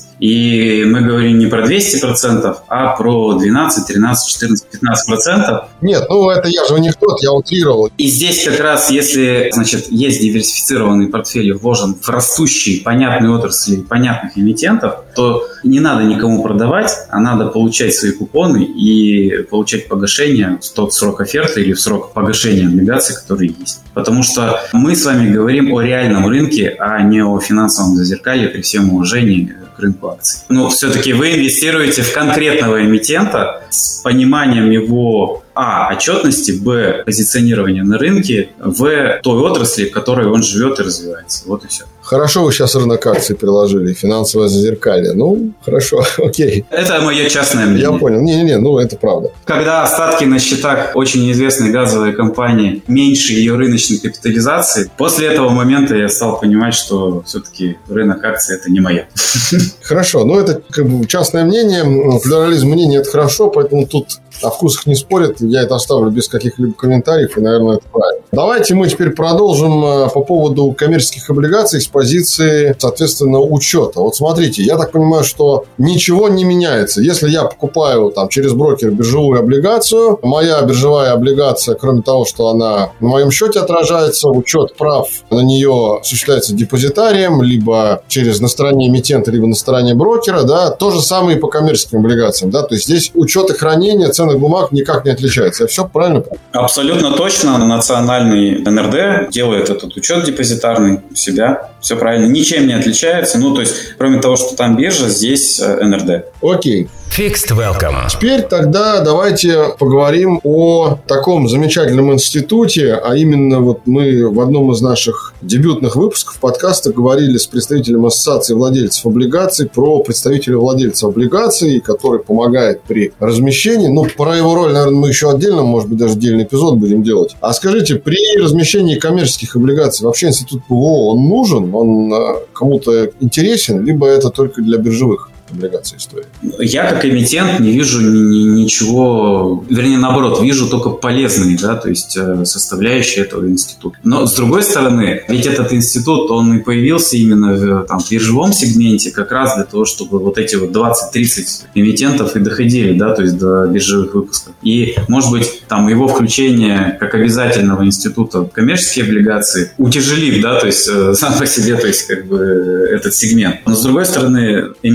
И мы говорим не про двести процентов, а про двенадцать, тринадцать, четырнадцать, пятнадцать процентов. Нет, ну это я же анекдот, я утрировал. И здесь как раз, если, значит, есть диверсифицированный портфель и вложен в растущие, понятные отрасли, понятных эмитентов, то не надо никому продавать, а надо получать свои купоны и получать погашение в тот срок оферты или в срок погашения облигаций, которые есть. Потому что мы с вами говорим о реальном рынке, а не о финансовом зазеркалье, при всем уважении к рынку акций. Но все-таки вы инвестируете в конкретного эмитента с пониманием его а. отчетности, б. позиционирования на рынке, в. той отрасли, в которой он живет и развивается. Вот и все. Хорошо, вы сейчас рынок акций приложили, финансовое зазеркалье. Ну, хорошо, окей. Это мое частное мнение. Я понял. Не-не-не, ну это правда. Когда остатки на счетах очень известной газовой компании меньше ее рыночной капитализации, после этого момента я стал понимать, что все-таки рынок акций – это не мое. Хорошо, ну это как бы частное мнение. Плюрализм мнений – это хорошо, поэтому тут о вкусах не спорят. Я это оставлю без каких-либо комментариев, и, наверное, это правильно. Давайте мы теперь продолжим по поводу коммерческих облигаций с позиции, соответственно, учета. Вот смотрите, я так понимаю, что ничего не меняется. Если я покупаю там через брокер биржевую облигацию, моя биржевая облигация, кроме того, что она на моем счете отражается, учет прав на нее осуществляется депозитарием, либо через на стороне эмитента, либо на стороне брокера, да, то же самое и по коммерческим облигациям, да, то есть здесь учет и хранение ценных бумаг никак не отличается. Я все правильно понимаю? Абсолютно точно. Национальный эн эр дэ делает этот учет депозитарный у себя. Все правильно. Ничем не отличается. Ну, то есть, кроме того, что там биржа, здесь эн эр дэ. Окей. Fixed Welcome. Теперь тогда давайте поговорим о таком замечательном институте, а именно вот мы в одном из наших дебютных выпусков подкаста говорили с представителем Ассоциации владельцев облигаций про представителя владельца облигаций, который помогает при размещении. Ну, про его роль, наверное, мы еще отдельно, может быть, даже отдельный эпизод будем делать. А скажите, при размещении коммерческих облигаций вообще институт пэ вэ о, он нужен? Он кому-то интересен? Либо это только для биржевых облигаций истории? Я как эмитент не вижу ни, ни, ничего, вернее, наоборот, вижу только полезные, да, то есть составляющие этого института. Но, с другой стороны, ведь этот институт, он и появился именно в, там, в биржевом сегменте как раз для того, чтобы вот эти вот двадцать-тридцать эмитентов и доходили, да, то есть до биржевых выпусков. И, может быть, там его включение как обязательного института в коммерческие облигации утяжелив, да, то есть сам по себе, то есть как бы этот сегмент. Но, с другой стороны, эмитент,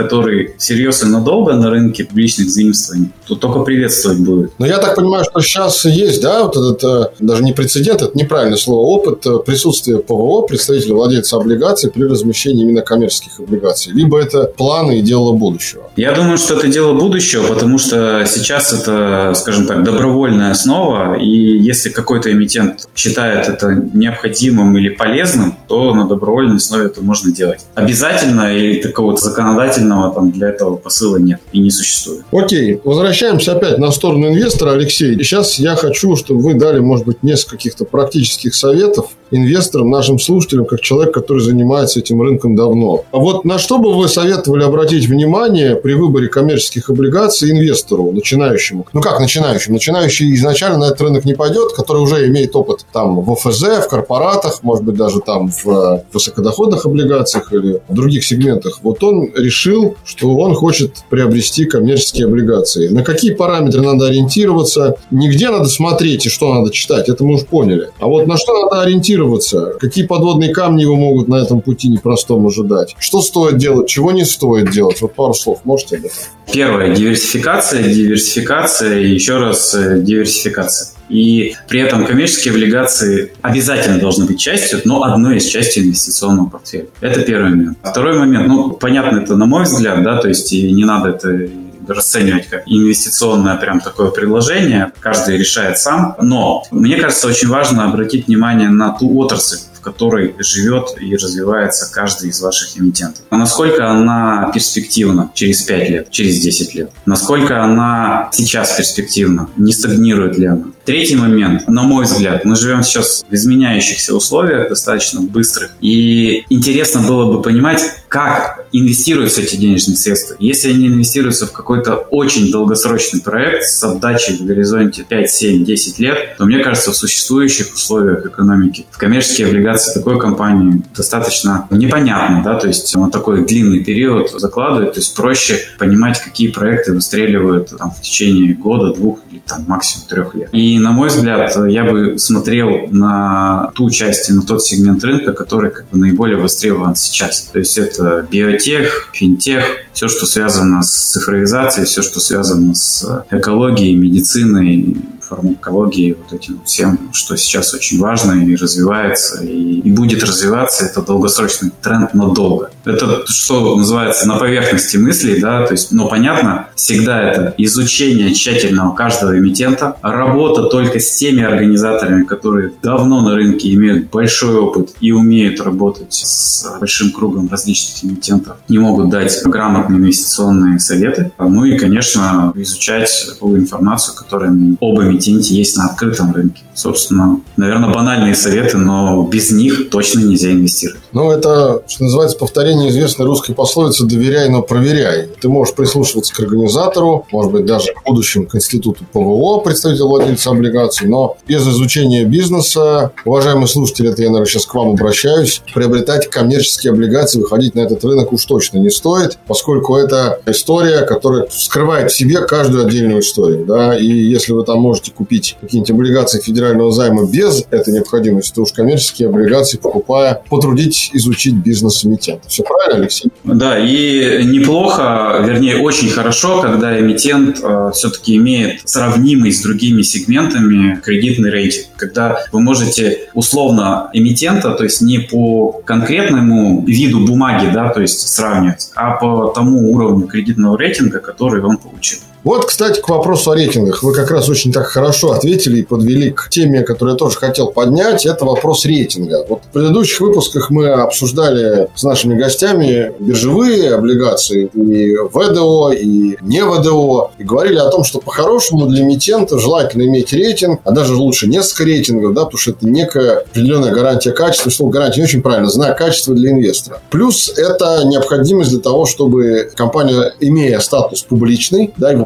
который всерьез и надолго на рынке публичных заимствований, то только приветствовать будет. Но я так понимаю, что сейчас есть, да, вот этот, даже не прецедент, это неправильное слово, опыт присутствия ПВО, представителя владельца облигаций при размещении именно коммерческих облигаций. Либо это планы и дело будущего. Я думаю, что это дело будущего, потому что сейчас это, скажем так, добровольная основа, и если какой-то эмитент считает это необходимым или полезным, то на добровольной основе это можно делать. Обязательно или такого законодательного там для этого посыла нет и не существует. Окей, возвращаемся опять на сторону инвестора, Алексей. И сейчас я хочу, чтобы вы дали, может быть, несколько каких-то практических советов инвесторам, нашим слушателям, как человек, который занимается этим рынком давно. А вот на что бы вы советовали обратить внимание при выборе коммерческих облигаций инвестору, начинающему? Ну, как начинающему? Начинающий изначально на этот рынок не пойдет, который уже имеет опыт там в ОФЗ, в корпоратах, может быть, даже там в высокодоходных облигациях или в других сегментах. Вот он решил, что он хочет приобрести коммерческие облигации. На какие параметры надо ориентироваться? Нигде надо смотреть и что надо читать, это мы уже поняли. А вот на что надо ориентироваться? Какие подводные камни его могут на этом пути непростом ожидать? Что стоит делать, чего не стоит делать? Вот пару слов можете об этом? Первое. Диверсификация, диверсификация и еще раз диверсификация. И при этом коммерческие облигации обязательно должны быть частью, но одной из частей инвестиционного портфеля. Это первый момент. Второй момент, ну, понятно, это на мой взгляд, да, то есть и не надо это расценивать как инвестиционное прям такое предложение. Каждый решает сам. Но мне кажется, очень важно обратить внимание на ту отрасль, в которой живет и развивается каждый из ваших эмитентов. А насколько она перспективна через пять лет, через десять лет? Насколько она сейчас перспективна? Не стагнирует ли она? Третий момент, на мой взгляд, мы живем сейчас в изменяющихся условиях, достаточно быстрых, и интересно было бы понимать, как инвестируются эти денежные средства. Если они инвестируются в какой-то очень долгосрочный проект с отдачей в горизонте пять, семь, десять лет, то, мне кажется, в существующих условиях экономики в коммерческие облигации такой компании достаточно непонятно, да, то есть на такой длинный период закладывать, то есть проще понимать, какие проекты выстреливают там, в течение года, двух или там, максимум трех лет. И, на мой взгляд, я бы смотрел на ту часть, на тот сегмент рынка, который как бы наиболее востребован сейчас. То есть это биотех, финтех, все, что связано с цифровизацией, все, что связано с экологией, медициной, фармакологией, вот этим всем, что сейчас очень важно и развивается, и, и будет развиваться. Это долгосрочный тренд надолго. Это, что называется, на поверхности мыслей, да, то есть, но понятно, всегда это изучение тщательного каждого эмитента, работа только с теми организаторами, которые давно на рынке имеют большой опыт и умеют работать с большим кругом различных эмитентов, не могут дать грамотные инвестиционные советы. Ну и, конечно, изучать ту информацию, которая об эмитенте есть на открытом рынке. Собственно, наверное, банальные советы, но без них точно нельзя инвестировать. Ну, это, что называется, повторение известной русской пословицы «доверяй, но проверяй». Ты можешь прислушиваться к организатору, может быть, даже к будущему к институту ПВО, представителю владельца облигаций, но без изучения бизнеса, уважаемые слушатели, это я, наверное, сейчас к вам обращаюсь, приобретать коммерческие облигации, выходить на этот рынок уж точно не стоит, поскольку это история, которая скрывает в себе каждую отдельную историю, да, и если вы там можете купить какие-нибудь облигации федерального займа без этой необходимости, то уж коммерческие облигации, покупая, потрудитесь изучить бизнес эмитента. Все правильно, Алексей? Да, и неплохо, вернее, очень хорошо, когда эмитент э, все-таки имеет сравнимый с другими сегментами кредитный рейтинг, когда вы можете условно эмитента, то есть не по конкретному виду бумаги, да, то есть сравнивать, а по тому уровню кредитного рейтинга, который он получил. Вот, кстати, к вопросу о рейтингах. Вы как раз очень так хорошо ответили и подвели к теме, которую я тоже хотел поднять. Это вопрос рейтинга. Вот в предыдущих выпусках мы обсуждали с нашими гостями биржевые облигации, и ВДО, и не ВДО. И говорили о том, что по-хорошему для эмитента желательно иметь рейтинг, а даже лучше несколько рейтингов, да, потому что это некая определенная гарантия качества. Слово гарантия не очень правильно, знак качества для инвестора. Плюс это необходимость для того, чтобы компания, имея статус публичный, да, и выполняя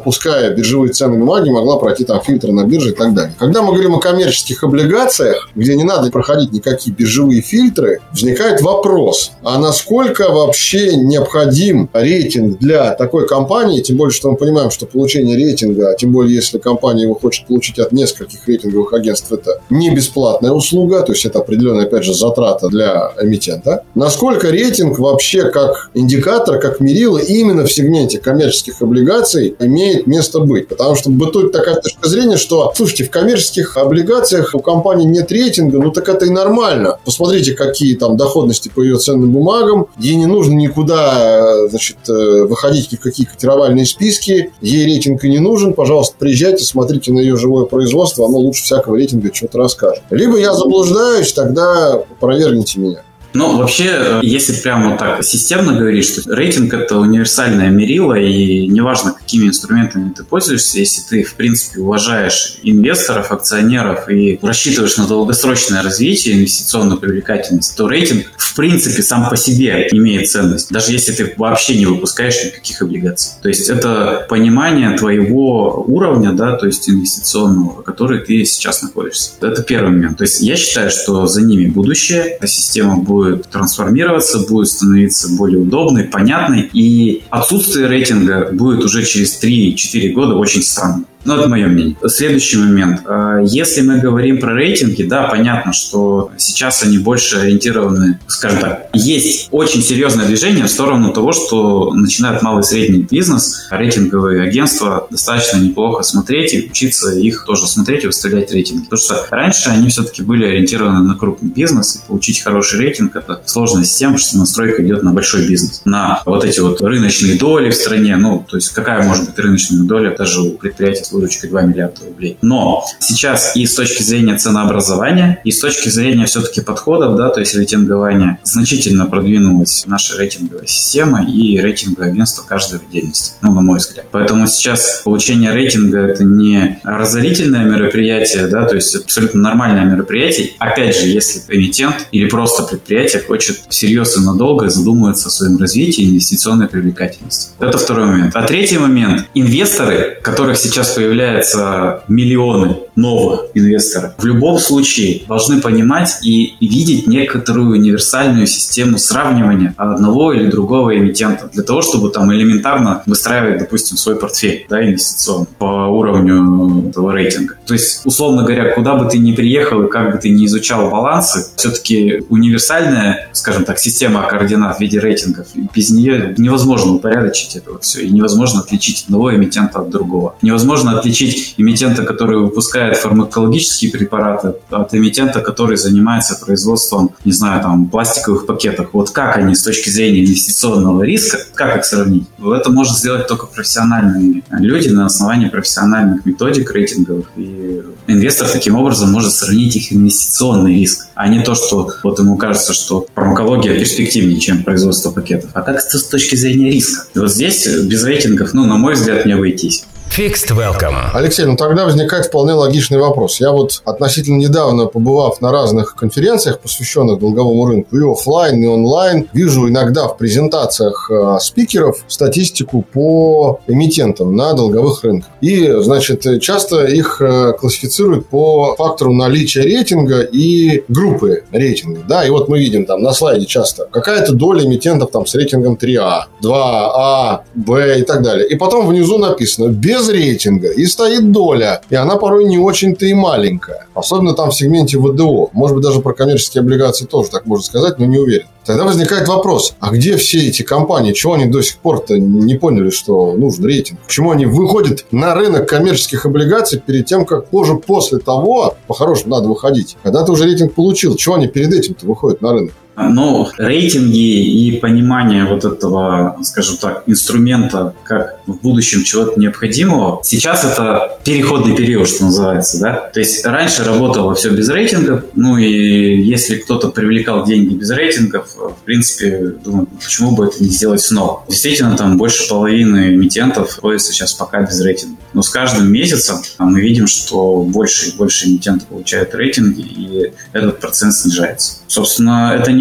выпуская биржевые ценные бумаги, могла пройти там фильтры на бирже и так далее. Когда мы говорим о коммерческих облигациях, где не надо проходить никакие биржевые фильтры, возникает вопрос, а насколько вообще необходим рейтинг для такой компании, тем более, что мы понимаем, что получение рейтинга, тем более, если компания его хочет получить от нескольких рейтинговых агентств, это не бесплатная услуга, то есть это определенная, опять же, затрата для эмитента. Насколько рейтинг вообще как индикатор, как мерило именно в сегменте коммерческих облигаций имеет место быть? Потому что бытует такая точка зрения, что, слушайте, в коммерческих облигациях у компании нет рейтинга, ну так это и нормально. Посмотрите, какие там доходности по ее ценным бумагам, ей не нужно никуда, значит, выходить ни в какие котировальные списки, ей рейтинг и не нужен, пожалуйста, приезжайте, смотрите на ее живое производство, оно лучше всякого рейтинга что-то расскажет. Либо я заблуждаюсь, тогда опровергните меня. Ну, вообще, если прямо вот так системно говорить, что рейтинг – это универсальное мерило, и неважно, какими инструментами ты пользуешься, если ты, в принципе, уважаешь инвесторов, акционеров и рассчитываешь на долгосрочное развитие, инвестиционную привлекательность, то рейтинг, в принципе, сам по себе имеет ценность, даже если ты вообще не выпускаешь никаких облигаций. То есть, это понимание твоего уровня, да, то есть инвестиционного, в который ты сейчас находишься. Это первый момент. То есть, я считаю, что за ними будущее, система будет будет трансформироваться, будет становиться более удобной, понятной, и отсутствие рейтинга будет уже через три-четыре года очень странно. Ну, это мое мнение. Следующий момент. Если мы говорим про рейтинги, да, понятно, что сейчас они больше ориентированы, скажем так, есть очень серьезное движение в сторону того, что начинает малый и средний бизнес, рейтинговые агентства достаточно неплохо смотреть и учиться их тоже смотреть и выставлять рейтинги. Потому что раньше они все-таки были ориентированы на крупный бизнес, и получить хороший рейтинг – это сложная система, потому что настройка идет на большой бизнес, на вот эти вот рыночные доли в стране. Ну, то есть какая может быть рыночная доля даже у предприятия с выручкой два миллиарда рублей. Но сейчас и с точки зрения ценообразования, и с точки зрения все-таки подходов, да, то есть рейтингования, значительно продвинулась наша рейтинговая система и рейтинговое агентство каждой в отдельности, ну, на мой взгляд. Поэтому сейчас получение рейтинга – это не разорительное мероприятие, да, то есть абсолютно нормальное мероприятие. Опять же, если эмитент или просто предприятие хочет всерьез и надолго задумываться о своем развитии и инвестиционной привлекательности. Это второй момент. А третий момент. Инвесторы, которых сейчас появляются миллионы новых инвесторов, в любом случае должны понимать и видеть некоторую универсальную систему сравнивания одного или другого эмитента для того, чтобы там элементарно выстраивать, допустим, свой портфель, да, инвестиционный по уровню этого рейтинга. То есть, условно говоря, куда бы ты ни приехал и как бы ты ни изучал балансы, все-таки универсальная, скажем так, система координат в виде рейтингов, без нее невозможно упорядочить это вот все, и невозможно отличить одного эмитента от другого. Невозможно отличить эмитента, который выпускает фармакологические препараты, от эмитента, который занимается производством, не знаю, там, пластиковых пакетов. Вот как они с точки зрения инвестиционного риска, как их сравнить? Это может сделать только профессиональные люди на основании профессиональных методик рейтинговых. И инвестор таким образом может сравнить их инвестиционный риск, а не то, что вот ему кажется, что фармакология перспективнее, чем производство пакетов. А как с точки зрения риска? И вот здесь без рейтингов, ну, на мой взгляд, не обойтись. Fixed Welcome. Алексей, ну тогда возникает вполне логичный вопрос. Я вот относительно недавно, побывав на разных конференциях, посвященных долговому рынку, и офлайн, и онлайн, вижу иногда в презентациях э, спикеров статистику по эмитентам на долговых рынках. И, значит, часто их э, классифицируют по фактору наличия рейтинга и группы рейтинга. Да, и вот мы видим там на слайде часто какая-то доля эмитентов там с рейтингом три А, два А, Б и так далее. И потом внизу написано «без рейтинга», и стоит доля, и она порой не очень-то и маленькая. Особенно там в сегменте ВДО. Может быть, даже про коммерческие облигации тоже так можно сказать, но не уверен. Тогда возникает вопрос, а где все эти компании? Чего они до сих пор-то не поняли, что нужен рейтинг? Почему они выходят на рынок коммерческих облигаций перед тем, как позже, после того, по-хорошему надо выходить? Когда ты уже рейтинг получил, чего они перед этим-то выходят на рынок? Ну, рейтинги и понимание вот этого, скажем так, инструмента, как в будущем чего-то необходимого, сейчас это переходный период, что называется, да. То есть раньше работало все без рейтингов, ну и если кто-то привлекал деньги без рейтингов, в принципе, думаю, почему бы это не сделать снова. Действительно, там больше половины эмитентов находится сейчас пока без рейтинга. Но с каждым месяцем мы видим, что больше и больше эмитентов получают рейтинги, и этот процент снижается. Собственно, это не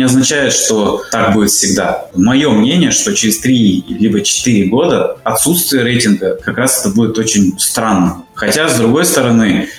означает, что так будет всегда. Мое мнение, что через три либо четыре года отсутствие рейтинга как раз это будет очень странно. Хотя, с другой стороны,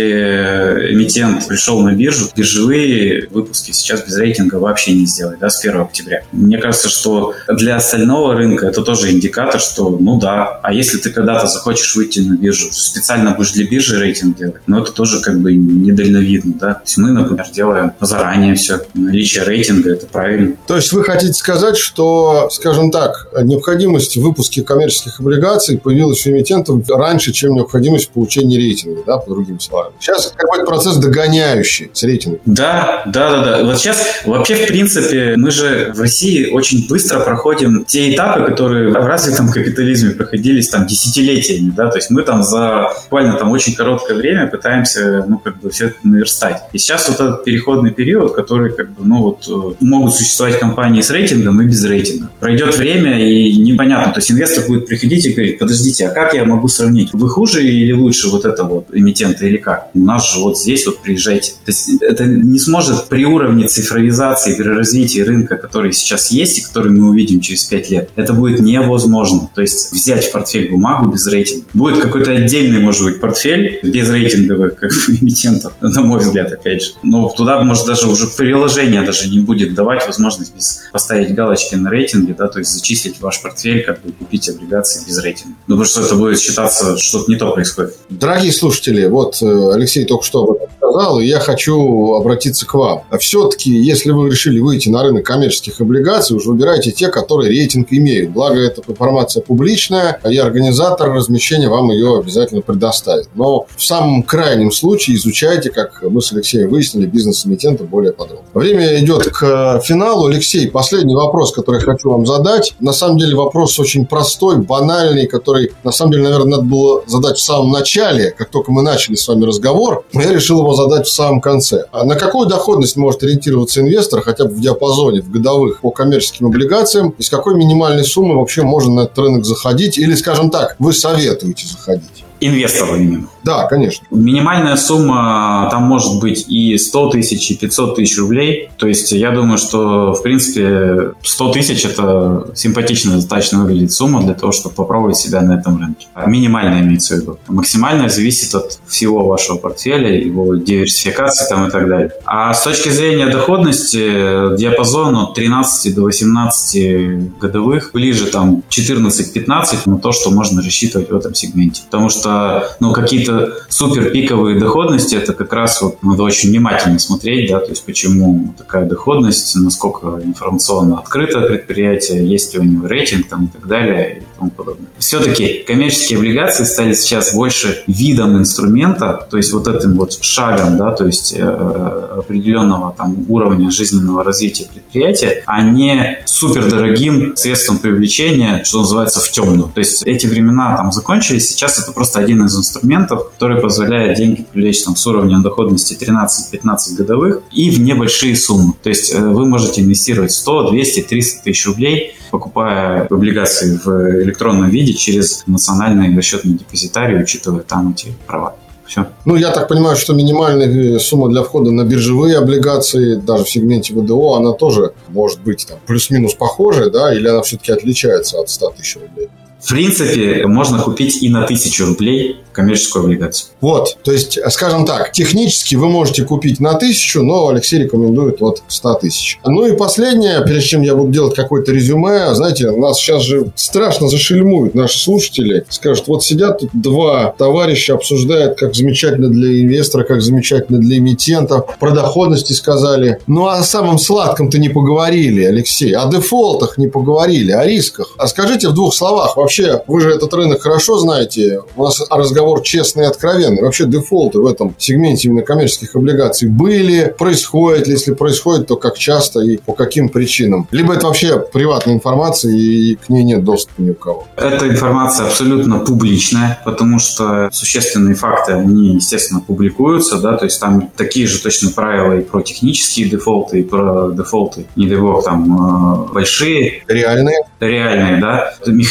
если эмитент пришел на биржу, биржевые выпуски сейчас без рейтинга вообще не сделать, да, с первого октября. Мне кажется, что для остального рынка это тоже индикатор, что, ну да, а если ты когда-то захочешь выйти на биржу, специально будешь для биржи рейтинг делать, но это тоже как бы недальновидно, да. То есть мы, например, делаем заранее все. Наличие рейтинга – это правильно. То есть вы хотите сказать, что, скажем так, необходимость в выпуске коммерческих облигаций появилась у эмитентов раньше, чем необходимость в получении рейтинга, да, по другим словам. Сейчас какой-то процесс догоняющий с рейтингом. Да, да, да, да. Вот сейчас вообще, в принципе, мы же в России очень быстро проходим те этапы, которые в развитом капитализме проходились там десятилетиями, да, то есть мы там за буквально там очень короткое время пытаемся, ну, как бы все это наверстать. И сейчас вот этот переходный период, который, как бы, ну, вот могут существовать компании с рейтингом и без рейтинга. Пройдет время и непонятно, то есть инвестор будет приходить и говорить: подождите, а как я могу сравнить? Вы хуже или лучше вот это вот эмитента или как? У нас же вот здесь вот приезжайте. То есть это не сможет при уровне цифровизации, при развитии рынка, который сейчас есть и который мы увидим через пять лет, это будет невозможно. То есть взять в портфель бумагу без рейтинга. Будет какой-то отдельный, может быть, портфель без рейтинговых как бы, эмитентов, на мой взгляд, опять же. Но туда, может, даже уже приложение даже не будет давать возможность без поставить галочки на рейтинге, да, то есть зачислить в ваш портфель, как бы купить облигации без рейтинга. Ну, потому что это будет считаться, что-то не то происходит. Дорогие слушатели, вот Алексей только что об этом сказал, и я хочу обратиться к вам. А все-таки, если вы решили выйти на рынок коммерческих облигаций, уж выбирайте те, которые рейтинг имеют. Благо, эта информация публичная, и организатор размещения вам ее обязательно предоставит. Но в самом крайнем случае изучайте, как мы с Алексеем выяснили, бизнес-эмитента более подробно. Время идет к финалу. Алексей, последний вопрос, который я хочу вам задать. На самом деле вопрос очень простой, банальный, который, на самом деле, наверное, надо было задать в самом начале, как только мы начали с вами разговор. Но я решил его задать в самом конце. А на какую доходность может ориентироваться инвестор, хотя бы в диапазоне, в годовых, по коммерческим облигациям? И с какой минимальной суммы вообще можно на этот рынок заходить? Или, скажем так, вы советуете заходить? Инвестору именно. Да, конечно. Минимальная сумма там может быть и сто тысяч, и пятьсот тысяч рублей. То есть я думаю, что в принципе сто тысяч это симпатичная достаточно выглядит сумма для того, чтобы попробовать себя на этом рынке. Минимальная имеется в виду. Максимальная зависит от всего вашего портфеля, его диверсификации там и так далее. А с точки зрения доходности диапазон от тринадцати до восемнадцати годовых, ближе там четырнадцать-пятнадцать на то, что можно рассчитывать в этом сегменте. Потому что ну, какие-то супер пиковые доходности, это как раз вот надо очень внимательно смотреть, да, то есть почему такая доходность, насколько информационно открыто предприятие, есть ли у него рейтинг там, и так далее и тому подобное. Все-таки коммерческие облигации стали сейчас больше видом инструмента, то есть вот этим вот шагом, да, то есть э, определенного там уровня жизненного развития предприятия, а не супердорогим средством привлечения, что называется, в темную. То есть эти времена там закончились, сейчас это просто один из инструментов, который позволяет деньги привлечь там, с уровня доходности тринадцать-пятнадцать годовых и в небольшие суммы. То есть э, вы можете инвестировать сто, двести, триста тысяч рублей, покупая облигации в электронном виде через национальный расчетный депозитарий, учитывая там эти права. Все. Ну, я так понимаю, что минимальная сумма для входа на биржевые облигации, даже в сегменте ВДО, она тоже может быть там, плюс-минус похожая, да, или она все-таки отличается от ста тысяч рублей? В принципе, можно купить и на тысячу рублей коммерческую облигацию. Вот, то есть, скажем так, технически вы можете купить на тысячу, но Алексей рекомендует от ста тысяч. Ну и последнее, прежде чем я буду делать какое-то резюме, знаете, нас сейчас же страшно зашельмуют наши слушатели. Скажут, вот сидят тут два товарища, обсуждают, как замечательно для инвестора, как замечательно для эмитента. Про доходности сказали. Ну, о самом сладком-то не поговорили, Алексей. О дефолтах не поговорили, о рисках. А скажите в двух словах, вообще, вы же этот рынок хорошо знаете, у нас разговор честный и откровенный. Вообще дефолты в этом сегменте именно коммерческих облигаций были, происходят ли, если происходит, то как часто и по каким причинам. Либо это вообще приватная информация и к ней нет доступа ни у кого. Эта информация абсолютно публичная, потому что существенные факты, они, естественно, публикуются, да, то есть там такие же точно правила и про технические дефолты, и про дефолты, не дай бог, там, большие. Реальные. Реальные, да. Механизм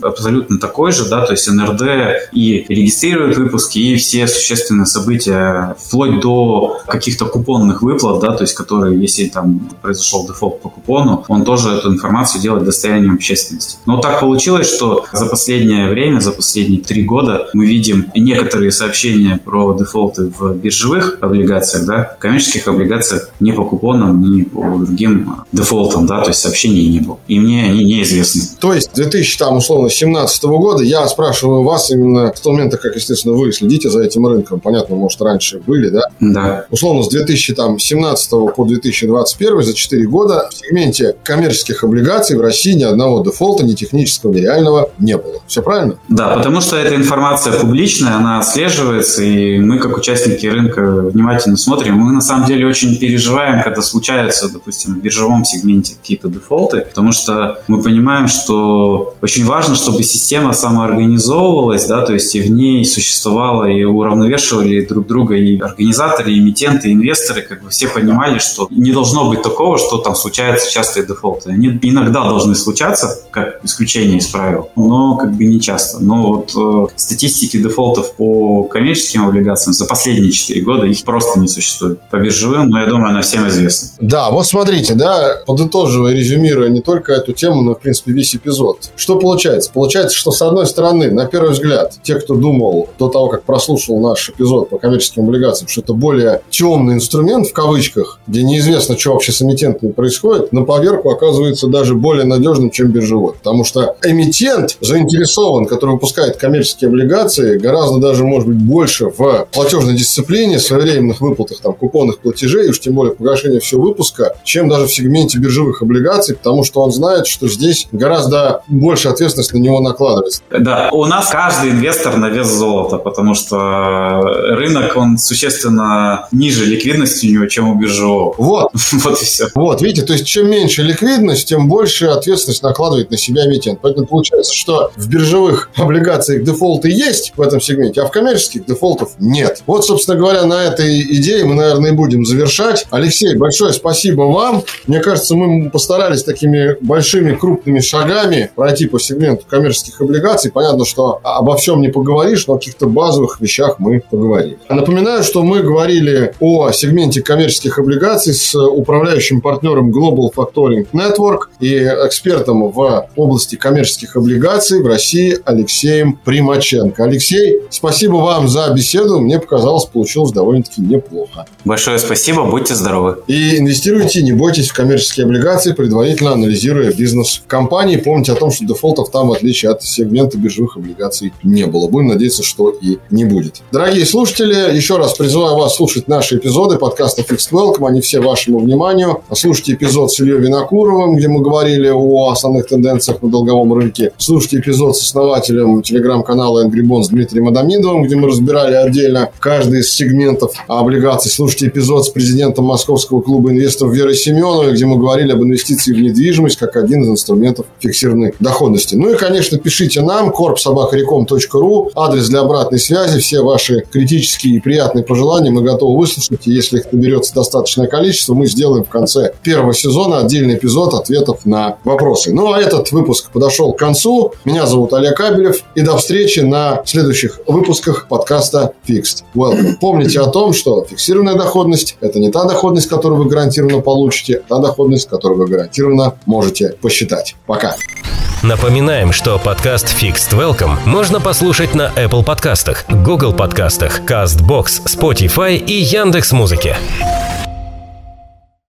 абсолютно такой же, да, то есть эн эр дэ и регистрирует выпуски, и все существенные события, вплоть до каких-то купонных выплат, да, то есть которые, если там произошел дефолт по купону, он тоже эту информацию делает достоянием общественности. Но так получилось, что за последнее время, за последние три года мы видим некоторые сообщения про дефолты в биржевых облигациях, да, в коммерческих облигациях ни по купонам, ни по другим дефолтам, да, то есть сообщений не было. И мне они неизвестны. То есть две тысячи, там, условно, семнадцатого года, я спрашиваю вас именно с того момента, как, естественно, вы следите за этим рынком. Понятно, может, раньше были, да? Да. Условно, с две тысячи семнадцатого по две тысячи двадцать первый, за четыре года в сегменте коммерческих облигаций в России ни одного дефолта, ни технического, ни реального не было. Все правильно? Да, потому что эта информация публичная, она отслеживается, и мы, как участники рынка, внимательно смотрим. Мы, на самом деле, очень переживаем, когда случаются, допустим, в биржевом сегменте какие-то дефолты, потому что мы понимаем, что очень важно, чтобы система самоорганизовывалась, да, то есть и в ней существовало и уравновешивали друг друга и организаторы, и эмитенты, и инвесторы, как бы все понимали, что не должно быть такого, что там случаются частые дефолты. Они иногда должны случаться, как исключение из правил, но как бы не часто. Но вот э, статистики дефолтов по коммерческим облигациям за последние четыре года их просто не существует. По биржевым, но я думаю, она всем известна. Да, вот смотрите, да, подытоживая, резюмируя не только эту тему, но, в принципе, весь эпизод. Что получается? Получается, что, с одной стороны, на первый взгляд, те, кто думал до того, как прослушал наш эпизод по коммерческим облигациям, что это более темный инструмент, в кавычках, где неизвестно, что вообще с эмитентами происходит, на поверку оказывается даже более надежным, чем биржевой. Потому что эмитент заинтересован, который выпускает коммерческие облигации, гораздо даже, может быть, больше в платежной дисциплине, своевременных выплатах там, купонных платежей, и уж тем более погашения всего выпуска, чем даже в сегменте биржевых облигаций, потому что он знает, что здесь гораздо больше ответственность на него накладывается. Да, у нас каждый инвестор на вес золота, потому что рынок, он существенно ниже ликвидности у него, чем у биржевого. Вот. Вот и все. Вот, видите, то есть чем меньше ликвидность, тем больше ответственность накладывает на себя эмитент. Поэтому получается, что в биржевых облигациях дефолты есть в этом сегменте, а в коммерческих дефолтов нет. Вот, собственно говоря, на этой идее мы, наверное, и будем завершать. Алексей, большое спасибо вам. Мне кажется, мы постарались такими большими, крупными шагами пройти по сегменту коммерческих облигаций. Понятно, что обо всем не поговоришь, но о каких-то базовых вещах мы поговорили. Напоминаю, что мы говорили о сегменте коммерческих облигаций с управляющим партнером Global Factoring Network и экспертом в области коммерческих облигаций в России Алексеем Примаченко. Алексей, спасибо вам за беседу. Мне показалось, получилось довольно-таки неплохо. Большое спасибо, будьте здоровы. И инвестируйте, не бойтесь в коммерческие облигации, предварительно анализируя бизнес компании. Помните о том, что дефолтов там, в отличие от сегмента биржевых облигаций, не было. Будем надеяться, что и не будет. Дорогие слушатели, еще раз призываю вас слушать наши эпизоды подкаста Fixed Welcome. Они все вашему вниманию. Слушайте эпизод с Ильей Винокуровым, где мы говорили о основных тенденциях на долговом рынке. Слушайте эпизод с основателем телеграм-канала Angry Bonds Дмитрием Адамидовым, где мы разбирали отдельно каждый из сегментов облигаций. Слушайте эпизод с президентом Московского клуба инвесторов Верой Семеновой, где мы говорили об инвестиции в недвижимость как один из инструментов фиксированной доходности. Ну и, конечно, пишите нам корп собака реком точка ру, адрес для обратной связи. Все ваши критические и приятные пожелания мы готовы выслушать. И если их наберется достаточное количество, мы сделаем в конце первого сезона отдельный эпизод ответов на вопросы. Ну а этот выпуск подошел к концу. Меня зовут Олег Кабелев. И до встречи на следующих выпусках подкаста Fixed Welcome. Помните о том, что фиксированная доходность – это не та доходность, которую вы гарантированно получите, а та доходность, которую вы гарантированно можете посчитать. Пока. Напоминаем, что подкаст Fixed Welcome можно послушать на Apple подкастах, Google подкастах, CastBox, Spotify и Яндекс.Музыке.